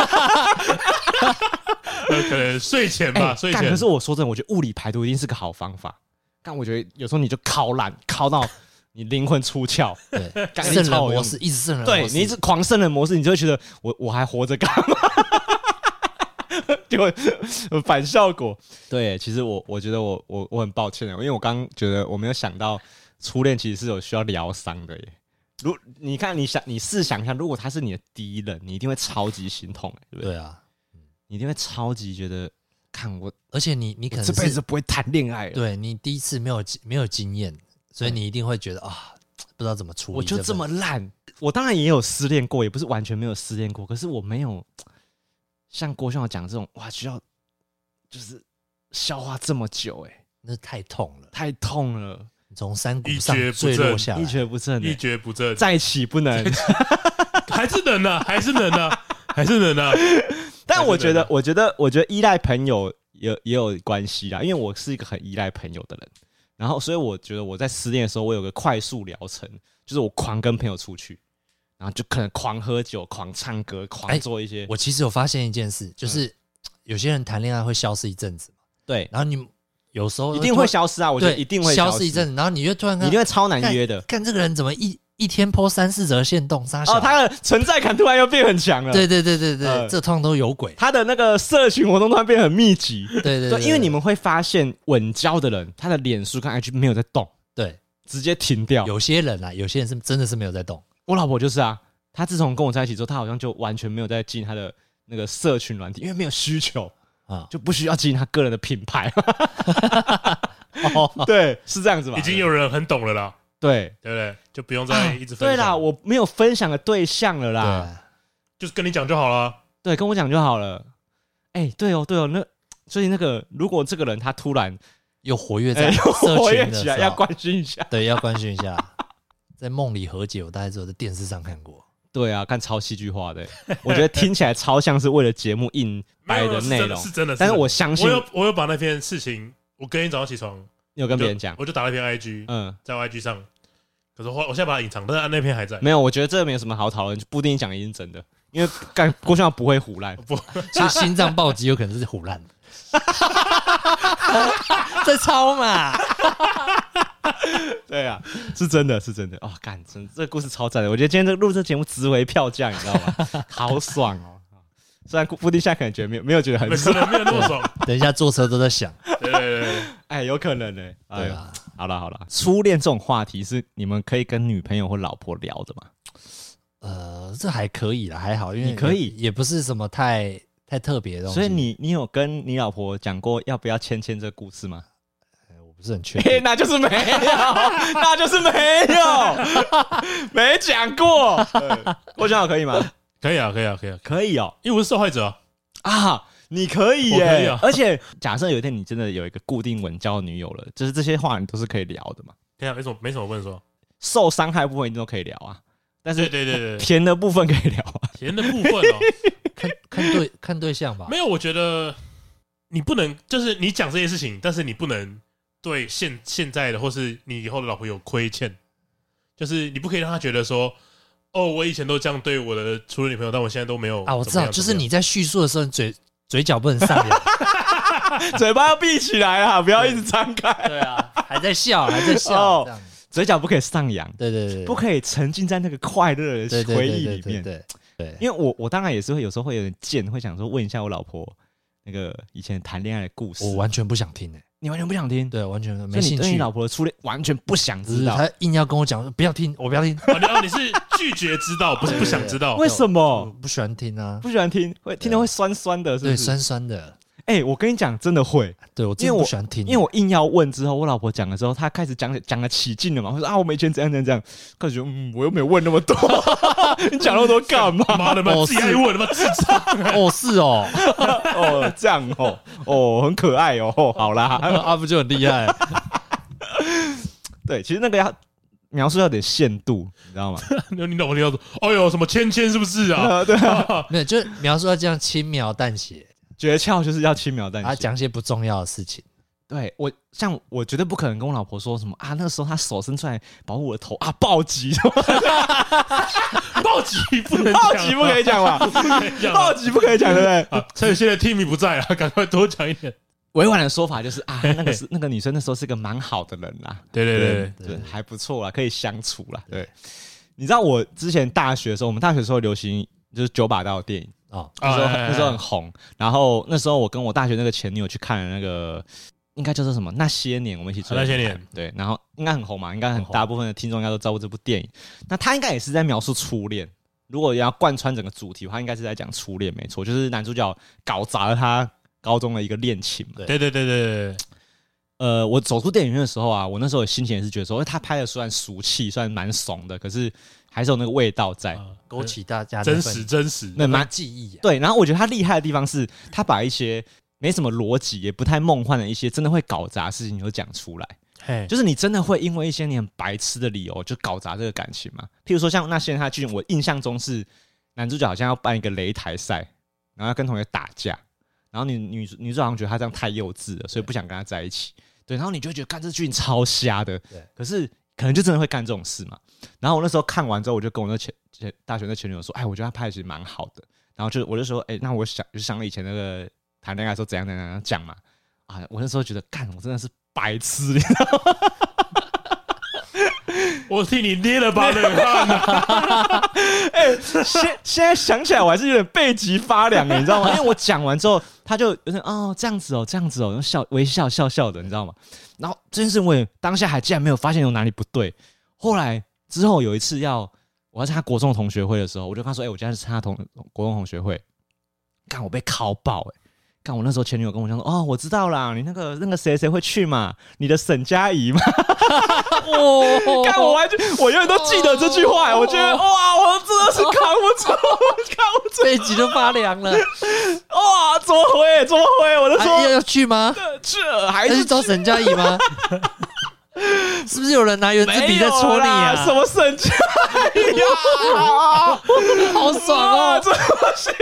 可能睡前吧， 欸、 睡前。 可是我说真的，我觉得物理排毒一定是个好方法。但我觉得有时候你就靠烂，靠到你灵魂出窍， 对，圣人模式，一直圣人模式， 对你一直狂圣人模式，你就会觉得我我还活着干嘛？就反效果。对，其实我我觉得我我我很抱歉的，因为我刚刚觉得我没有想到初恋其实是有需要疗伤的耶。 如你看，你想，你试想一下，如果他是你的第一任，你一定会超级心痛、欸，对不对？ 对啊， 你一定会超级觉得，看我， 而且你你可能这辈子不会谈恋爱了， 对你第一次没有没有经验，所以你一定会觉得啊，不知道怎么处理。 我就这么烂，我当然也有失恋过，也不是完全没有失恋过，可是我没有像郭兄讲这种，哇，需要就是消化这么久、欸，哎， 那太痛了， 太痛了。 从山谷上坠落下来， 一蹶不振， 一蹶不振， 再起不能， 还是能啊，还是能啊，还是能啊。 但我觉得，我觉得，我觉得依赖朋友也也有关系啦，因为我是一个很依赖朋友的人，然后所以我觉得我在失恋的时候，我有个快速疗程，就是我狂跟朋友出去，然后就可能狂喝酒、狂唱歌、狂做一些。欸、 我其实有发现一件事，就是有些人谈恋爱会消失一阵子嘛， 对， 然后你。有时候一定会消失啊！我觉得一定会消失一阵子，然后你就突然看， 一定会超难约的。 看这个人怎么一一天 po 三四则限动，啥哦，他的存在感突然又变很强了。 对对对对对，呃、这通常都有鬼。 他的那个社群活动突然变很密集。 对 对, 对, 对, 对， 因为你们会发现稳交的人，他的脸书跟 I G 没有在动， 对， 直接停掉。 有些人啊，有些人是真的是没有在动。 我老婆就是啊，她自从跟我在一起之后，她好像就完全没有在进她的那个社群软体，因为没有需求啊，就不需要经营她个人的品牌。哦，对，是这样子吧？ 已经有人很懂了啦， 对对不对？就不用再一直分享、 啊。对啦，我没有分享的对象了啦， 就是跟你讲就好了。 对，跟我讲就好了。哎、欸，对哦，对哦，那所以那个，如果这个人他突然又活跃在社群的时候、欸、 活跃起来，要关心一下。 对，要关心一下。在梦里和解，我大概只有在电视上看过。 对啊，看超戏剧化的、欸，我觉得听起来超像是为了节目硬掰的内容， 是真的。 但是我相信， 我有我有把那篇事情。我隔天早上起床， 你有跟别人讲， 我就打了一篇 I G， 嗯，在我 I G 上，可是我我现在把它隐藏，但是那篇还在。 没有，我觉得这个没有什么好讨论，不一定讲一定真的，因为干郭襄不会唬烂， 不，其实心脏暴击有可能是唬烂的，在抄嘛。 对啊，是真的，是真的哦，干，真这个故事超赞的，我觉得今天这录这节目值回票价，你知道吗？好爽哦。虽然布丁现在可能觉得没有没有觉得很爽， 没有那么爽。 等一下坐车都在想， 对对对， 哎，有可能呢、欸。 对啊， 好了好了，初恋这种话题是你们可以跟女朋友或老婆聊的吗？ 呃，这还可以啦，还好，因为你可以， 也不是什么太太特别的东西。 所以你你有跟你老婆讲过要不要牵牵这个故事吗？ 我不是很确定， 欸、那就是没有，那就是没有，没讲过。郭襄可以吗？ 可以啊，可以啊，可以啊， 可以哦， 因为我是受害者啊。 啊，你可以耶、欸！ 啊、 而且假设有一天你真的有一个固定稳交的女友了，就是这些话你都是可以聊的嘛。 对啊，没什么，没什么不能说。 受伤害部分一定都可以聊啊，但是对对对对， 甜的部分可以聊啊。 甜的部分哦， 看看对看对象吧。 没有，我觉得你不能，就是你讲这些事情，但是你不能对现现在的或是你以后的老婆有亏欠，就是你不可以让她觉得说。哦，我以前都这样对我的初恋女朋友，但我现在都没有啊。我知道，就是你在叙述的时候，嘴嘴角不能上扬， 嘴巴要闭起来啊，不要一直张开。 对啊，还在笑，还在笑， 哦、嘴角不可以上扬。 对对 对, 對， 不可以沉浸在那个快乐的回忆里面。 对对， 因为我我当然也是会有时候会有点贱，会想说问一下我老婆那个以前谈恋爱的故事。 我完全不想听诶、欸。 你完全不想听， 对，完全没兴趣。 你对你老婆的初恋完全不想知道， 他硬要跟我讲，不要听，我不要听。 哦，你是拒绝知道，不是不想知道。 为什么？ 不喜欢听啊， 不喜欢听，会听得会酸酸的，是不是？ 对，酸酸的。 哎、欸，我跟你讲，真的会。 对我真的不喜欢听， 因为我硬要问之后，我老婆讲的时候，她开始讲讲的起劲了嘛。我说啊，我没钱怎样怎样怎样，开始觉得嗯，我又没有问那么多，你讲那么多干嘛？ 妈的妈，自己爱问他妈智障。 哦，是哦， 哦这样哦，哦很可爱哦，好啦， 阿不就很厉害？ 对，其实那个要描述要有点限度，你知道吗？ 你懂我要说，哎呦，什么芊芊是不是啊？ 对啊， 没有，就是描述要这样轻描淡写。 诀窍就是要轻描淡写， 他讲一些不重要的事情。 对我，像我绝对不可能跟我老婆说什么啊，那个时候她手伸出来保护我的头啊，暴击， 暴击不能， 暴击不可以讲吧？暴击不可以讲，对不对？ 啊，所以现在 Timmy 不在啊，赶快多讲一点。 委婉的说法就是啊，那个是那个女生那时候是个蛮好的人啦， 对对对对, 对，还不错啦，可以相处啦。对，你知道我之前大学的时候，我们大学的时候流行就是九把刀的电影。哦，那时候那时候很红，然后那时候我跟我大学那个前女友去看了那个应该叫做什么？那些年我们一起追那些年， 对，然后应该很红嘛，应该很大部分的听众应该都知道这部电影。那他应该也是在描述初恋。如果要贯穿整个主题，他应该是在讲初恋，没错，就是男主角搞砸了他高中的一个恋情嘛。 对对对对对。 呃，我走出电影院的时候啊，我那时候心情也是觉得说，他拍的虽然俗气，虽然蛮怂的，可是还是有那个味道在， 呃、勾起大家真实真实那蛮记忆、啊。 对，然后我觉得他厉害的地方是，他把一些没什么逻辑，也不太梦幻的一些真的会搞砸的事情都讲出来。就是你真的会因为一些你很白痴的理由就搞砸这个感情吗？譬如说像那些人他剧情，我印象中是男主角好像要办一个擂台赛，然后要跟同学打架，然后女女女主角好像觉得他这样太幼稚了，所以不想跟他在一起。对，然后你就会觉得干这剧情超瞎的，可是可能就真的会干这种事嘛。然后我那时候看完之后，我就跟我那前前大学那前女友说，哎，我觉得他拍的其实蛮好的。然后就我就说，哎，那我想就想以前那个谈恋爱的时候怎样怎样怎样讲嘛。啊，我那时候觉得干，我真的是白痴，你知道吗？ 我替你捏了把冷汗啊！ 哎，现现在想起来，我还是有点背脊发凉的，你知道吗？因为我讲完之后，他就有点哦这样子哦，这样子哦，笑微笑笑笑的，你知道吗？然后这件事我也当下还竟然没有发现有哪里不对。后来之后有一次要我要参加国中同学会的时候，我就跟他说：“哎、欸，我今天是参加同国中同学会，干我被拷爆哎、欸！”干我那时候前女友跟我讲说，哦，我知道啦，你那个那个谁谁会去嘛？你的沈佳宜嘛？哦，干我完全我永远都记得这句话、欸，我觉得哇，我真的是扛不住，扛不住， 背脊都发凉了。 哇，怎么回？怎么回？我就说、 啊、要去吗？ 这还是去找沈佳宜吗？是不是有人拿圆珠笔在戳你啊？ 什么沈佳宜啊？ 好爽哦！ 这不行。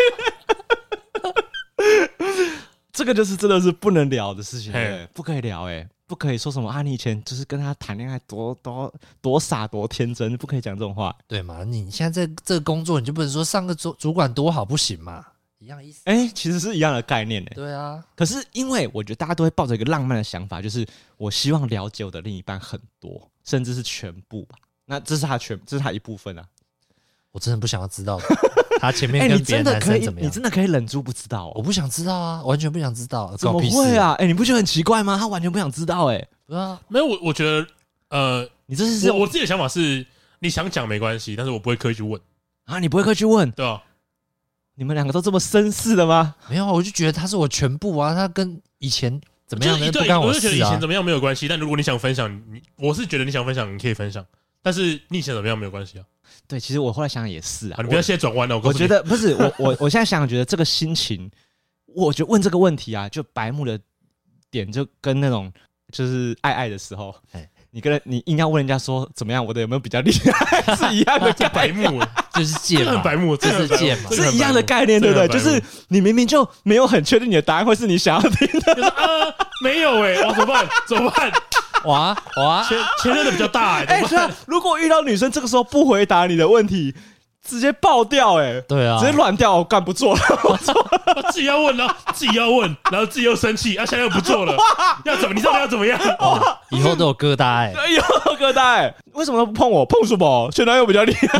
这个就是真的是不能聊的事情，对，不可以聊，哎，不可以说什么啊，你以前就是跟他谈恋爱多多多傻多天真，不可以讲这种话， 对嘛？你现在在这个工作，你就不能说上个主主管多好不行嘛？一样意思， 哎、欸，其实是一样的概念，哎， 对啊。 可是因为我觉得大家都会抱着一个浪漫的想法，就是我希望了解我的另一半很多，甚至是全部吧。那这是他全，这是他一部分啊。 我真的不想要知道的他前面跟别的男生怎么样、 欸、你真的可以忍住不知道、哦、 我不想知道啊，完全不想知道。 怎么会啊？哎、欸，你不觉得很奇怪吗？他完全不想知道、欸，哎， 对啊， 没有我，我觉得，呃， 你这是我, 我自己的想法是，你想讲没关系，但是我不会刻意去问啊，你不会刻意去问， 对啊。 你们两个都这么绅士的吗？ 没有，我就觉得他是我全部啊，他跟以前怎么样的不干我事啊。 我就觉得以前怎么样没有关系，但如果你想分享，你我是觉得你想分享，你可以分享，但是你以前怎么样没有关系啊。 对，其实我后来想想也是啊， 啊你不要现在转弯了。我, 我觉得不是我我我现在想想觉得这个心情，我觉得问这个问题啊，就白目的点就跟那种就是爱爱的时候，你跟你硬要问人家说怎么样，我的有没有比较厉害，是一样的概念， 白目就是贱嘛， 很白目， 这是贱嘛， 是一样的概念，对不对？就是你明明就没有很确定你的答案会是你想要听的， 就是啊，没有哎、欸，我怎么办？怎么办？ 哇哇， 前前任的比较大哎、 欸，哎、欸，如果遇到女生这个时候不回答你的问题，直接爆掉哎、欸， 对啊， 直接软掉，我干不做了，我做了， 自己要问，然后自己要问，然后自己又生气，啊，现在又不做了，要怎么？你到底要怎么样？ 哇，以后都有疙瘩哎、 欸，以后都有疙瘩哎、欸，为什么都不碰我？碰什么？前男友比较厉害，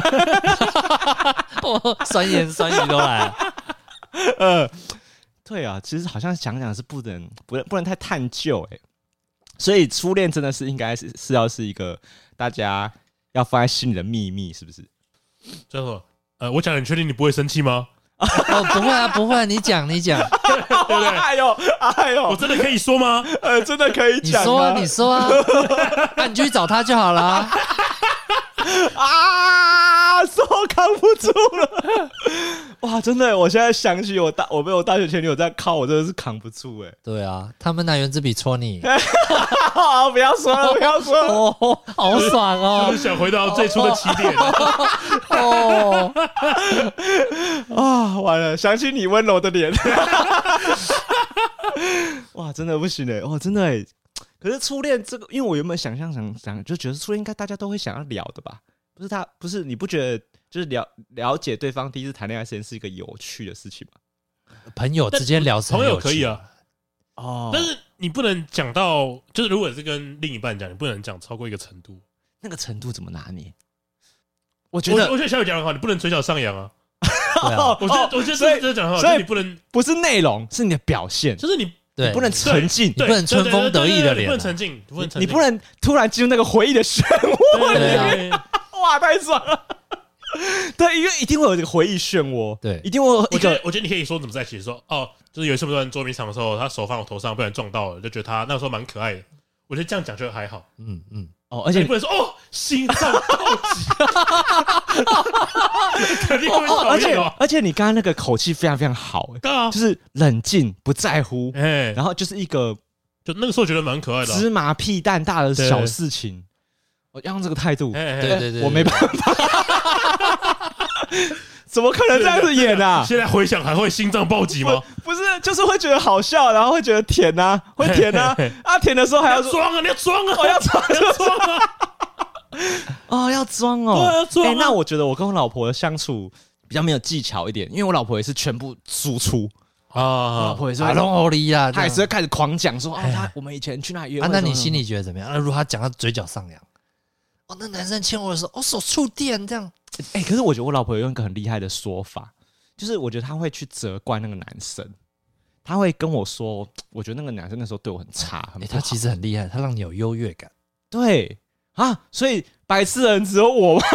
酸言酸语都来了， 呃，对啊，其实好像想想是不能不能不能太探究哎、欸。所以初恋真的是应该是是要是一个大家要放在心里的秘密，是不是？ 叫做呃，我讲你确定你不会生气吗？ 哦，不会啊，不会、啊，你讲你讲， 对不对？ 哎呦哎呦， 我真的可以说吗？ 呃，真的可以讲、啊， 你说啊，你说啊，那、啊、你就去找他就好了啊。 啊，手扛不住了！哇，真的，我现在想起我大我被我大学前女友在靠，我真的是扛不住哎。 对啊，他们拿圆珠笔戳你， 不要说了，不要说了， 哦，好爽哦！ 就是想回到最初的起点。 哦， 啊，完了，想起你温柔的脸，哇，真的不行哎，哇，真的哎。可是初恋这个，因为我原本想象想想就觉得初恋应该大家都会想要聊的吧？不是他，不是你不觉得就是了了解对方第一次谈恋爱时间是一个有趣的事情吗？ 朋友之间聊是很有趣， 朋友可以啊， 哦， 但是你不能讲到，就是如果是跟另一半讲，你不能讲超过一个程度。 那个程度怎么拿捏？我觉得， 我, 我觉得小雨讲的好，你不能嘴角上扬啊。 对啊， 我觉得，我觉得这这讲的好，所以你不能不是内容，是你的表现， 就是你对， 你不能沉浸， 你不能春风得意的脸， 不能沉浸，不能沉浸， 你不能突然进入那个回忆的漩涡里面，哇，太爽了！对，因为一定会有这个回忆漩涡， 对， 一定会有一个。 我觉得你可以说怎么在一起，说哦，就是有一次我们捉迷藏的时候，他手放我头上，被人撞到了，就觉得他那时候蛮可爱的。我觉得这样讲就还好， 嗯嗯。 哦，而且你不能说哦，心脏暴击，肯定会讨厌。 而且而且你刚刚那个口气非常非常好， 啊， 就是冷静不在乎， 哎， 然后就是一个， 就那个时候觉得蛮可爱的， 芝麻屁蛋大的小事情，我要用这个态度， 对对对， 我没办法，怎么可能这样子演啊？ 现在回想还会心脏暴击吗？ 不是，就是会觉得好笑，然后会觉得甜啊，会甜啊，啊甜的时候还要装啊，你要装啊， 我要装， 要装啊， 哦，要装哦， 对，要装。 哎，那我觉得我跟我老婆的相处比较没有技巧一点，因为我老婆也是全部输出啊，我老婆也是阿龙欧利啊， 她也是会开始狂讲说，哦，她我们以前去哪里约会， 那你心里觉得怎么样？那如果她讲到嘴角上扬，哦，那男生牵我的手，哦，手触电这样， 哎，可是我觉得我老婆有一个很厉害的说法。就是我觉得他会去责怪那个男生，他会跟我说，我觉得那个男生那时候对我很差，很不好。 他其实很厉害，他让你有优越感。 对啊，所以白痴人只有我吗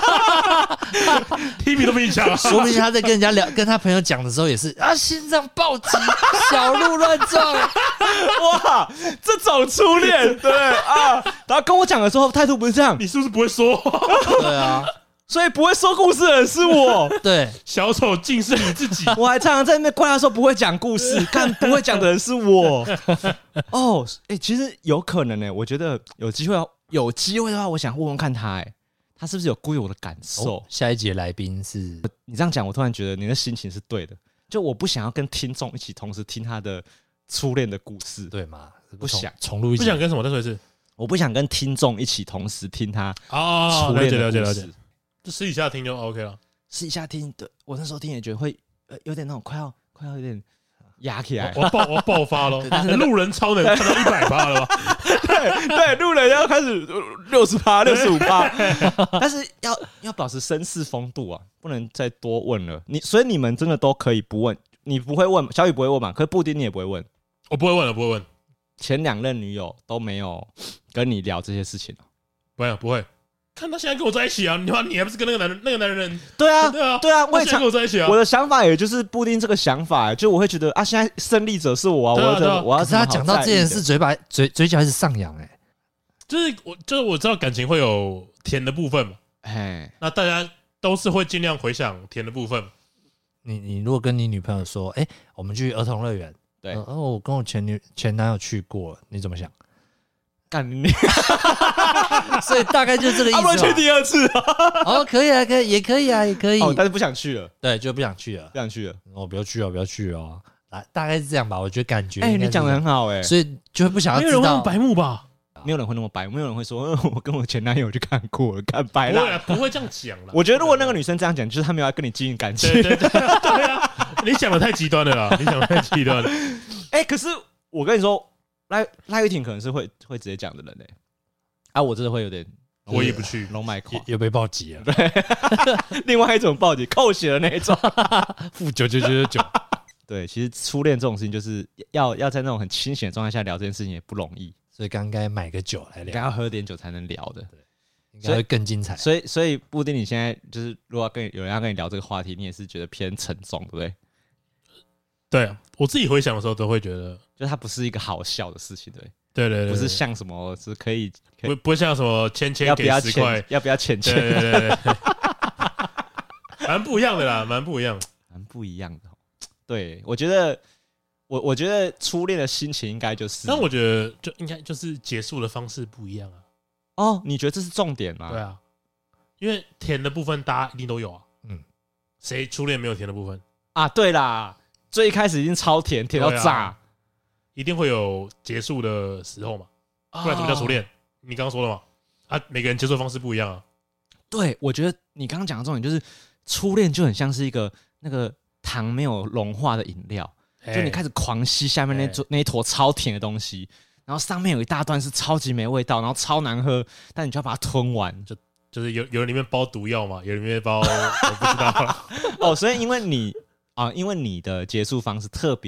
？T B 都比你强， 说不定他在跟人家聊，跟他朋友讲的时候也是啊，心脏暴击，小鹿乱撞。 哇，这种初恋，对啊，然后跟我讲的时候态度不是这样， 你是不是不会说话？ 对啊。 所以不会说故事的人是我， 对， 小丑竟是你自己。 我还常常在那边怪他说不会讲故事，但不会讲的人是我。哦，哎、欸，其实有可能呢、欸，我觉得有机会，有机会的话，我想问问看他、欸，哎，他是不是有顾虑我的感受、哦？ 下一节来宾是你这样讲，我突然觉得你的心情是对的。就我不想要跟听众一起同时听他的初恋的故事， 对吗？ 不想重录一集， 不想跟什么？再说一次， 我不想跟听众一起同时听他哦， 初恋的故事。 了解了解了解。就私底下听就 OK 了， 私底下听，对我那时候听也觉得会呃有点那种快要快要有点压起来， 我要爆我要爆发了，路人超能看到一百趴了吧？ 对对，路人要开始六十趴、六十五趴，但是要要保持绅士风度啊，不能再多问了。你所以你们真的都可以不问，你不会问，小雨不会问嘛？可是布丁你也不会问， 我不会问了，不会问。 前两任女友都没有跟你聊这些事情哦， 不会不会。看他现在跟我在一起啊！你妈，你还不是跟那个男人？那个男人对啊， 对啊， 对啊，我也想跟我在一起啊！ 我的想法也就是布丁这个想法，就我会觉得啊，现在胜利者是我啊，我要我要。 可是他讲到这件事，嘴巴嘴嘴角还是上扬哎、欸， 就是我就是我知道感情会有甜的部分嘛，哎，那大家都是会尽量回想甜的部分。 你你如果跟你女朋友说，哎、欸，我们去儿童乐园， 对， 哦，我跟我前女前男友去过，你怎么想？ 干你！ 所以大概就这个意思。 他们去第二次哦，可以啊，可以，也可以啊，也可以。 哦，但是不想去了。 对，就不想去了， 不想去了。 哦，不要去哦，不要去哦。来，大概是这样吧。我觉得感觉， 哎、欸，你讲的很好、欸，哎， 所以就会不想要知道。 没有人会白目吧？ 没有人会那么白，没有人会说，我跟我前男友去看过了，看白了。 不会，不会这样讲了。 我觉得如果那个女生这样讲，就是她没有要跟你经营感情。 对对对，对啊，你讲的太极端了啦，你讲的太极端了。 哎、欸，可是我跟你说，赖赖玉婷可能是会会直接讲的人嘞、欸。啊，我真的会有点， 我也不去， 龙脉狂又被暴击了。 对，另外一种暴击，扣血的那一种， 负九九九九九。 对，其实初恋这种事情，就是要要在那种很清醒的状态下聊这件事情也不容易， 所以刚应该买个酒来聊， 应该要喝点酒才能聊的， 对，应该会更精彩。 所以，所以布丁，你现在就是如果要跟有人要跟你聊这个话题，你也是觉得偏沉重，对不对？ 对啊，我自己回想的时候都会觉得， 就它不是一个好笑的事情，对。 对对对， 不是像什么是可以，可以不不会像什么签签给十块， 要不要钱钱？ 对对对对，蛮不一样的啦，蛮不一样， 蛮不一样的。对，我觉得，我我觉得初恋的心情应该就是， 但我觉得就应该就是结束的方式不一样啊。 哦，你觉得这是重点吗？ 对啊，因为甜的部分大家一定都有啊。嗯，谁初恋没有甜的部分啊？对啦，最一开始已经超甜，甜到炸。 一定会有结束的时候嘛，不然怎么叫初恋？你刚刚说了嘛，啊，每个人结束的方式不一样啊。 对，我觉得你刚刚讲的重点就是，初恋就很像是一个那个糖没有融化的饮料，就你开始狂吸下面那那一坨超甜的东西，然后上面有一大段是超级没味道，然后超难喝，但你就要把它吞完， 就就是有有人里面包毒药嘛，有人里面包我不知道了。 哦，所以因为你啊，因为你的结束方式特别。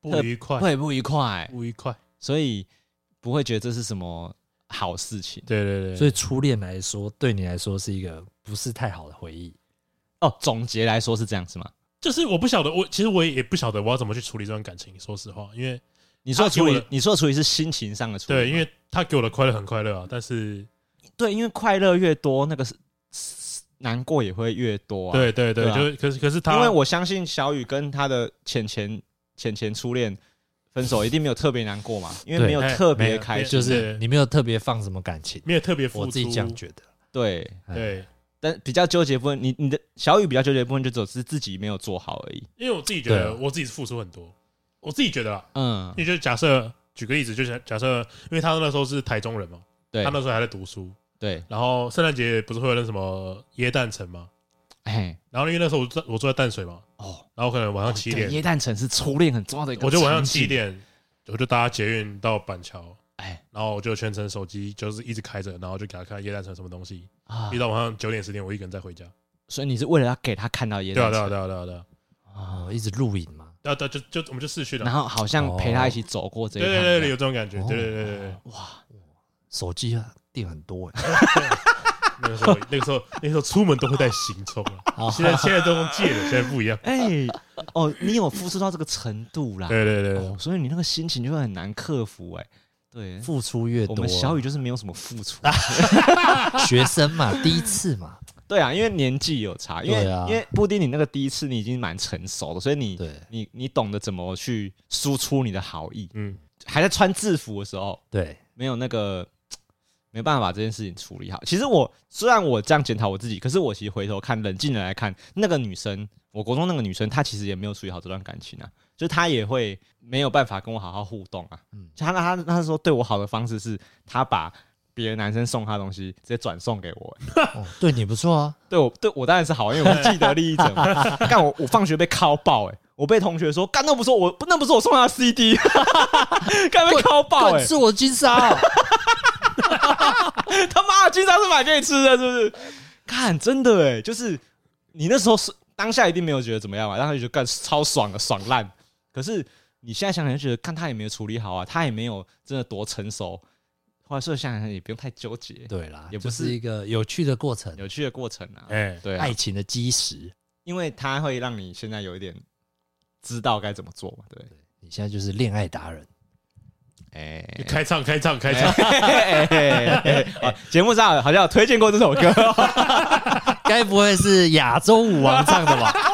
不愉快， 会不愉快， 不愉快， 所以不会觉得这是什么好事情。 对对对， 所以初恋来说，对你来说是一个不是太好的回忆。 哦，总结来说是这样子吗？ 就是我不晓得，我其实我也不晓得我要怎么去处理这段感情。说实话，因为你说的处理，你说的处理是心情上的处理。 对，因为他给我的快乐很快乐啊，但是对，因为快乐越多，那个是难过也会越多啊。 对对对，对啊、就是可是可是他， 因为我相信小雨跟他的前前前前初恋分手，一定没有特别难过嘛，因为没有特别开心， 就是你没有特别放什么感情， 没有特别付出。 我自己这样觉得。 对对。 但比较纠结部分，你你的小雨比较纠结的部分，就只是自己没有做好而已。 因为我自己觉得，我自己是付出很多，我自己觉得啦，嗯，因为就假设举个例子，就是假设，因为他那时候是台中人嘛，对，他那时候还在读书， 对， 然后圣诞节不是会有那什么耶诞城吗？哎，然后因为那时候我住我住在淡水嘛，哦，然后可能晚上七点， 耶诞城是初恋很重要的一个， 我就晚上七点，我就搭捷运到板桥。哎，然后我就全程手机就是一直开着，然后就给他看耶诞城什么东西，啊，一直到晚上九点十点，我一个人再回家。 所以你是为了要给他看到耶诞城？ 对啊，对啊，对啊，对啊， 哦，一直录影嘛。 对对，就就我们就视讯了， 然后好像陪他一起走过这一趟。 对对对，有这种感觉。对对对对， 哇，手机啊电很多哎。 那个时候，那个时候，那个时候出门都会带行充啊。现在现在都用借的，现在不一样。 哎，哦，你有付出到这个程度啦。 对对对， 所以你那个心情就会很难克服哎。对， 付出越多， 我们小雨就是没有什么付出。 学生嘛，第一次嘛， 对啊，因为年纪有差，因为、 啊、 因为布丁你那个第一次你已经蛮成熟的，所以你你你懂得怎么去输出你的好意。嗯，还在穿制服的时候， 对， 没有那个没办法把这件事情处理好。其实我虽然我这样检讨我自己，可是我其实回头看，冷静的来看，那个女生，我国中那个女生，她其实也没有处理好这段感情啊。就是他也会没有办法跟我好好互动啊。嗯，他他他说对我好的方式是，他把别的男生送他的东西直接转送给我。 哦，对你不错啊。 对我对我当然是好，因为我是既得利益者嘛。干我我放学被敲爆哎、欸，我被同学说干那不是我那不是我送他的 C D， 干被敲爆哎、欸， 是我的金沙、喔。 他妈的金沙是买给你吃的，是不是？看真的哎、欸，就是你那时候是当下一定没有觉得怎么样嘛，然后就觉得干超爽的爽烂。可是你现在想想就觉得，看他也没有处理好啊，他也没有真的多成熟。后来所以想想也不用太纠结， 对啦， 也不是, 是一个有趣的过程， 有趣的过程啊，哎、欸，对、啊， 爱情的基石， 因为它会让你现在有一点知道该怎么做嘛，对， 对你现在就是恋爱达人， 哎、欸，开唱开唱开唱， 节目上好像有推荐过这首歌， 该不会是亚洲舞王唱的吧？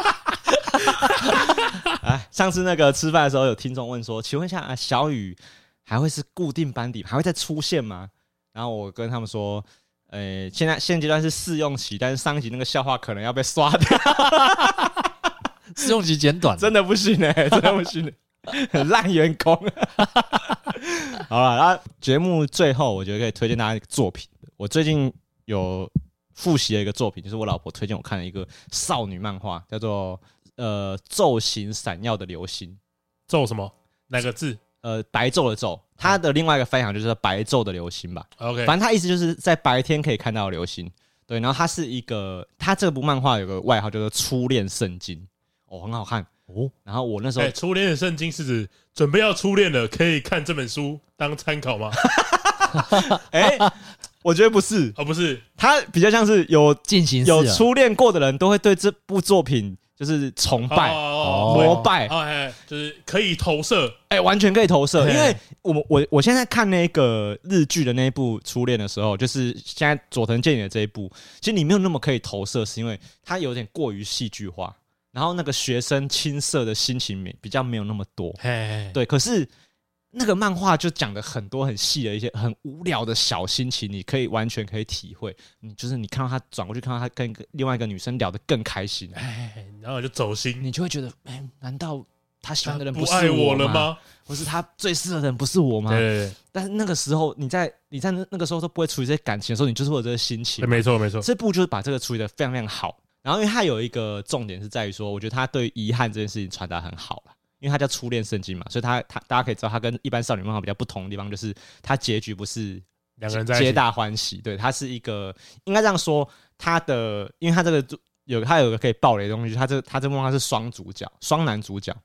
哎，上次那个吃饭的时候，有听众问说：“请问一下，啊、小雨还会是固定班底，还会再出现吗？”然后我跟他们说：“呃，现在现阶段是试用期，但是上一集那个笑话可能要被刷掉， 试用期减短， 真的不行哎、欸，真的不行、欸，很烂员工。”好了，然后节目最后，我觉得可以推荐大家一个作品。我最近有复习了一个作品，就是我老婆推荐我看的一个少女漫画，叫做。呃，昼行闪耀的流星， 昼什么？哪个字？ 呃，白昼的昼，它的另外一个翻译就是白昼的流星吧。 OK， 反正它意思就是在白天可以看到流星。对，然后它是一个，它这部漫画有个外号叫做《初恋圣经》，哦，很好看哦。然后我那时候， 欸、初恋的圣经是指准备要初恋了，可以看这本书当参考吗？ 哎、欸，我觉得不是， 哦，不是， 它比较像是有进行有初恋过的人都会对这部作品。就是崇拜、 哦、 膜拜、 哦，就是可以投射， 哎、欸，完全可以投射。因为我我我现在看那个日剧的那一部《初恋》的时候，就是现在佐藤健也的这一部，其实你没有那么可以投射，是因为它有点过于戏剧化，然后那个学生青涩的心情比较没有那么多。对，可是那个漫画就讲的很多很细的一些很无聊的小心情，你可以完全可以体会。你就是你看到他转过去，看到他跟另外一个女生聊得更开心， 哎，然后就走心， 你就会觉得，哎，难道他喜欢的人不是我吗？不爱我了吗？或是他最适合的人不是我吗？ 对对对。 但是那个时候，你在你在那个时候都不会处理这些感情的时候，你就是会有这个心情。 没错没错， 这部就是把这个处理得非常非常好。然后，因为它有一个重点是在于说，我觉得他对遗憾这件事情传达很好了。因为它叫初恋圣经嘛，所以它它大家可以知道，它跟一般少女漫画比较不同的地方，就是它结局不是两个人在一起皆大欢喜，对，它是一个应该这样说，它的因为它这个有它有个可以爆雷的东西，它这它这漫画是双主角，双男主角，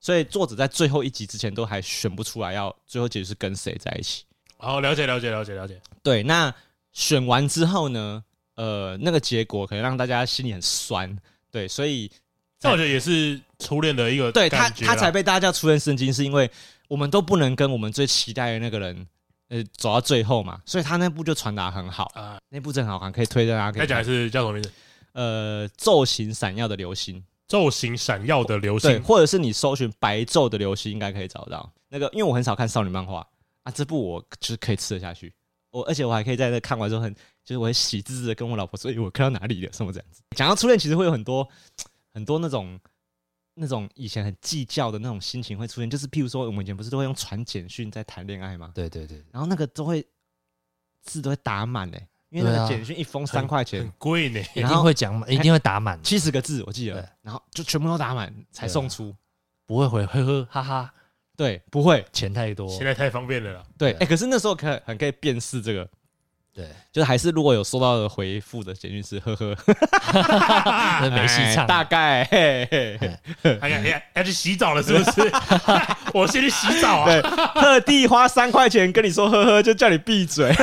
所以作者在最后一集之前都还选不出来要最后结局是跟谁在一起。 好，了解了解了解了解。 对，那选完之后呢，呃，那个结果可能让大家心里很酸。对，所以这我觉得也是初恋的一个对感觉他他才被大家叫初恋圣经，是因为我们都不能跟我们最期待的那个人。呃，走到最后嘛，所以他那部就传达很好啊，那部真的很好看，可以推荐大家。 该讲的是叫什么名字？ 呃，昼行闪耀的流星， 昼行闪耀的流星， 对，或者是你搜寻白昼的流星，应该可以找到那个。因为我很少看少女漫画啊，这部我就是可以吃得下去，我而且我还可以在那看完之后很，就是我会喜滋滋的跟我老婆说，哎，我看到哪里了，什么这样子。讲到初恋，其实会有很多很多那种。那种以前很计较的那种心情会出现，就是譬如说，我们以前不是都会用传简讯在谈恋爱吗？ 对对对， 然后那个都会字都会打满嘞，因为那个简讯一封三块钱， 很贵呢， 一定会讲，一定会打满七十个字，我记得，然后就全部都打满才送出， 不会回呵呵哈哈， 对，不会， 钱太多， 现在太方便了啦。 对，哎，可是那时候可很可以辨识这个。 对， 就是还是如果有收到的回复的简讯是呵呵， 那没戏唱， 大概，嘿嘿嘿，哎呀，要去洗澡了是不是？我先去洗澡啊！ 对，特地花三块钱跟你说呵呵，就叫你闭嘴，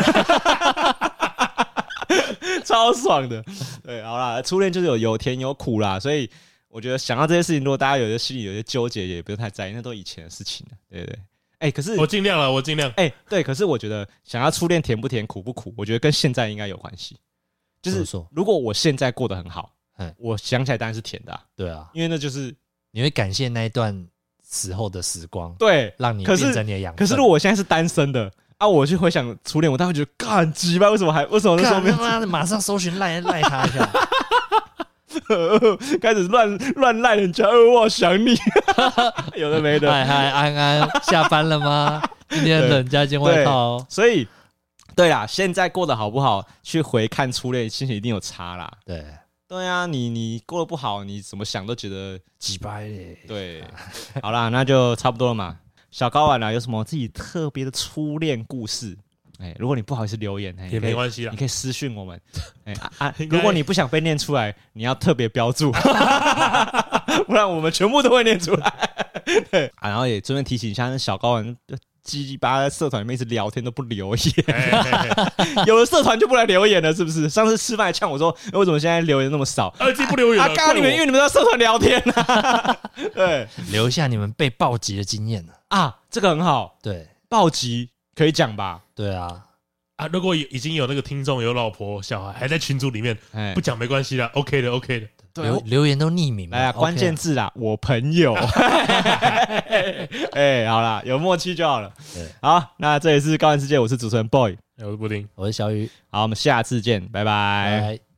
超爽的。对，好啦，初恋就是有有甜有苦啦，所以我觉得想到这些事情，如果大家有些心里有些纠结，也不用太在意，那都以前的事情了，对不对？哎、欸，可是我尽量了，我尽量。 哎、欸，对，可是我觉得想要初恋甜不甜、苦不苦，我觉得跟现在应该有关系。就是如果我现在过得很好，我想起来当然是甜的、啊。 对啊， 因为那就是你会感谢那一段时候的时光， 对， 让你变成你的养分。 可是如果我现在是单身的啊，我去回想初恋，我当然会觉得干鸡巴，为什么还为什么那时候没有？ 他妈的，马上搜寻赖赖他一下。 开始乱乱赖人家，呃，我好想你，有的没的。 嗨嗨，安安，下班了吗？今天冷，加件外套哦。 所以，对啦，现在过得好不好，去回看初恋，心情一定有差啦。 对， 对啊，你你过得不好，你怎么想都觉得鸡掰嘞。 对，好啦，那就差不多了嘛。小高玩啦，有什么自己特别的初恋故事？哎，如果你不好意思留言， 也没关系啦， 你可以私讯我们。哎啊，如果你不想被念出来，你要特别标注，不然我们全部都会念出来。对啊，然后也顺便提醒一下，那小高玩叽叽巴巴社团里面一直聊天都不留言，有的社团就不来留言了，是不是？上次吃饭还呛我说，为什么现在留言那么少？ 呃，自己不留言了。 啊，刚刚你们因为你们在社团聊天啊，对， 留下你们被暴击的经验啊，这个很好。 对， 暴击。可以讲吧？ 对啊， 啊，如果已经有那个听众有老婆小孩还在群组里面，不讲没关系啦 ，OK 的 ，OK 的。 对，留留言都匿名嘛。 来啊，关键字啦，我朋友。哎，好啦，有默契就好了。好，那这里是高玩世界，我是主持人 boy， 我是布丁， 我是小雨。 好，我们下次见，拜拜。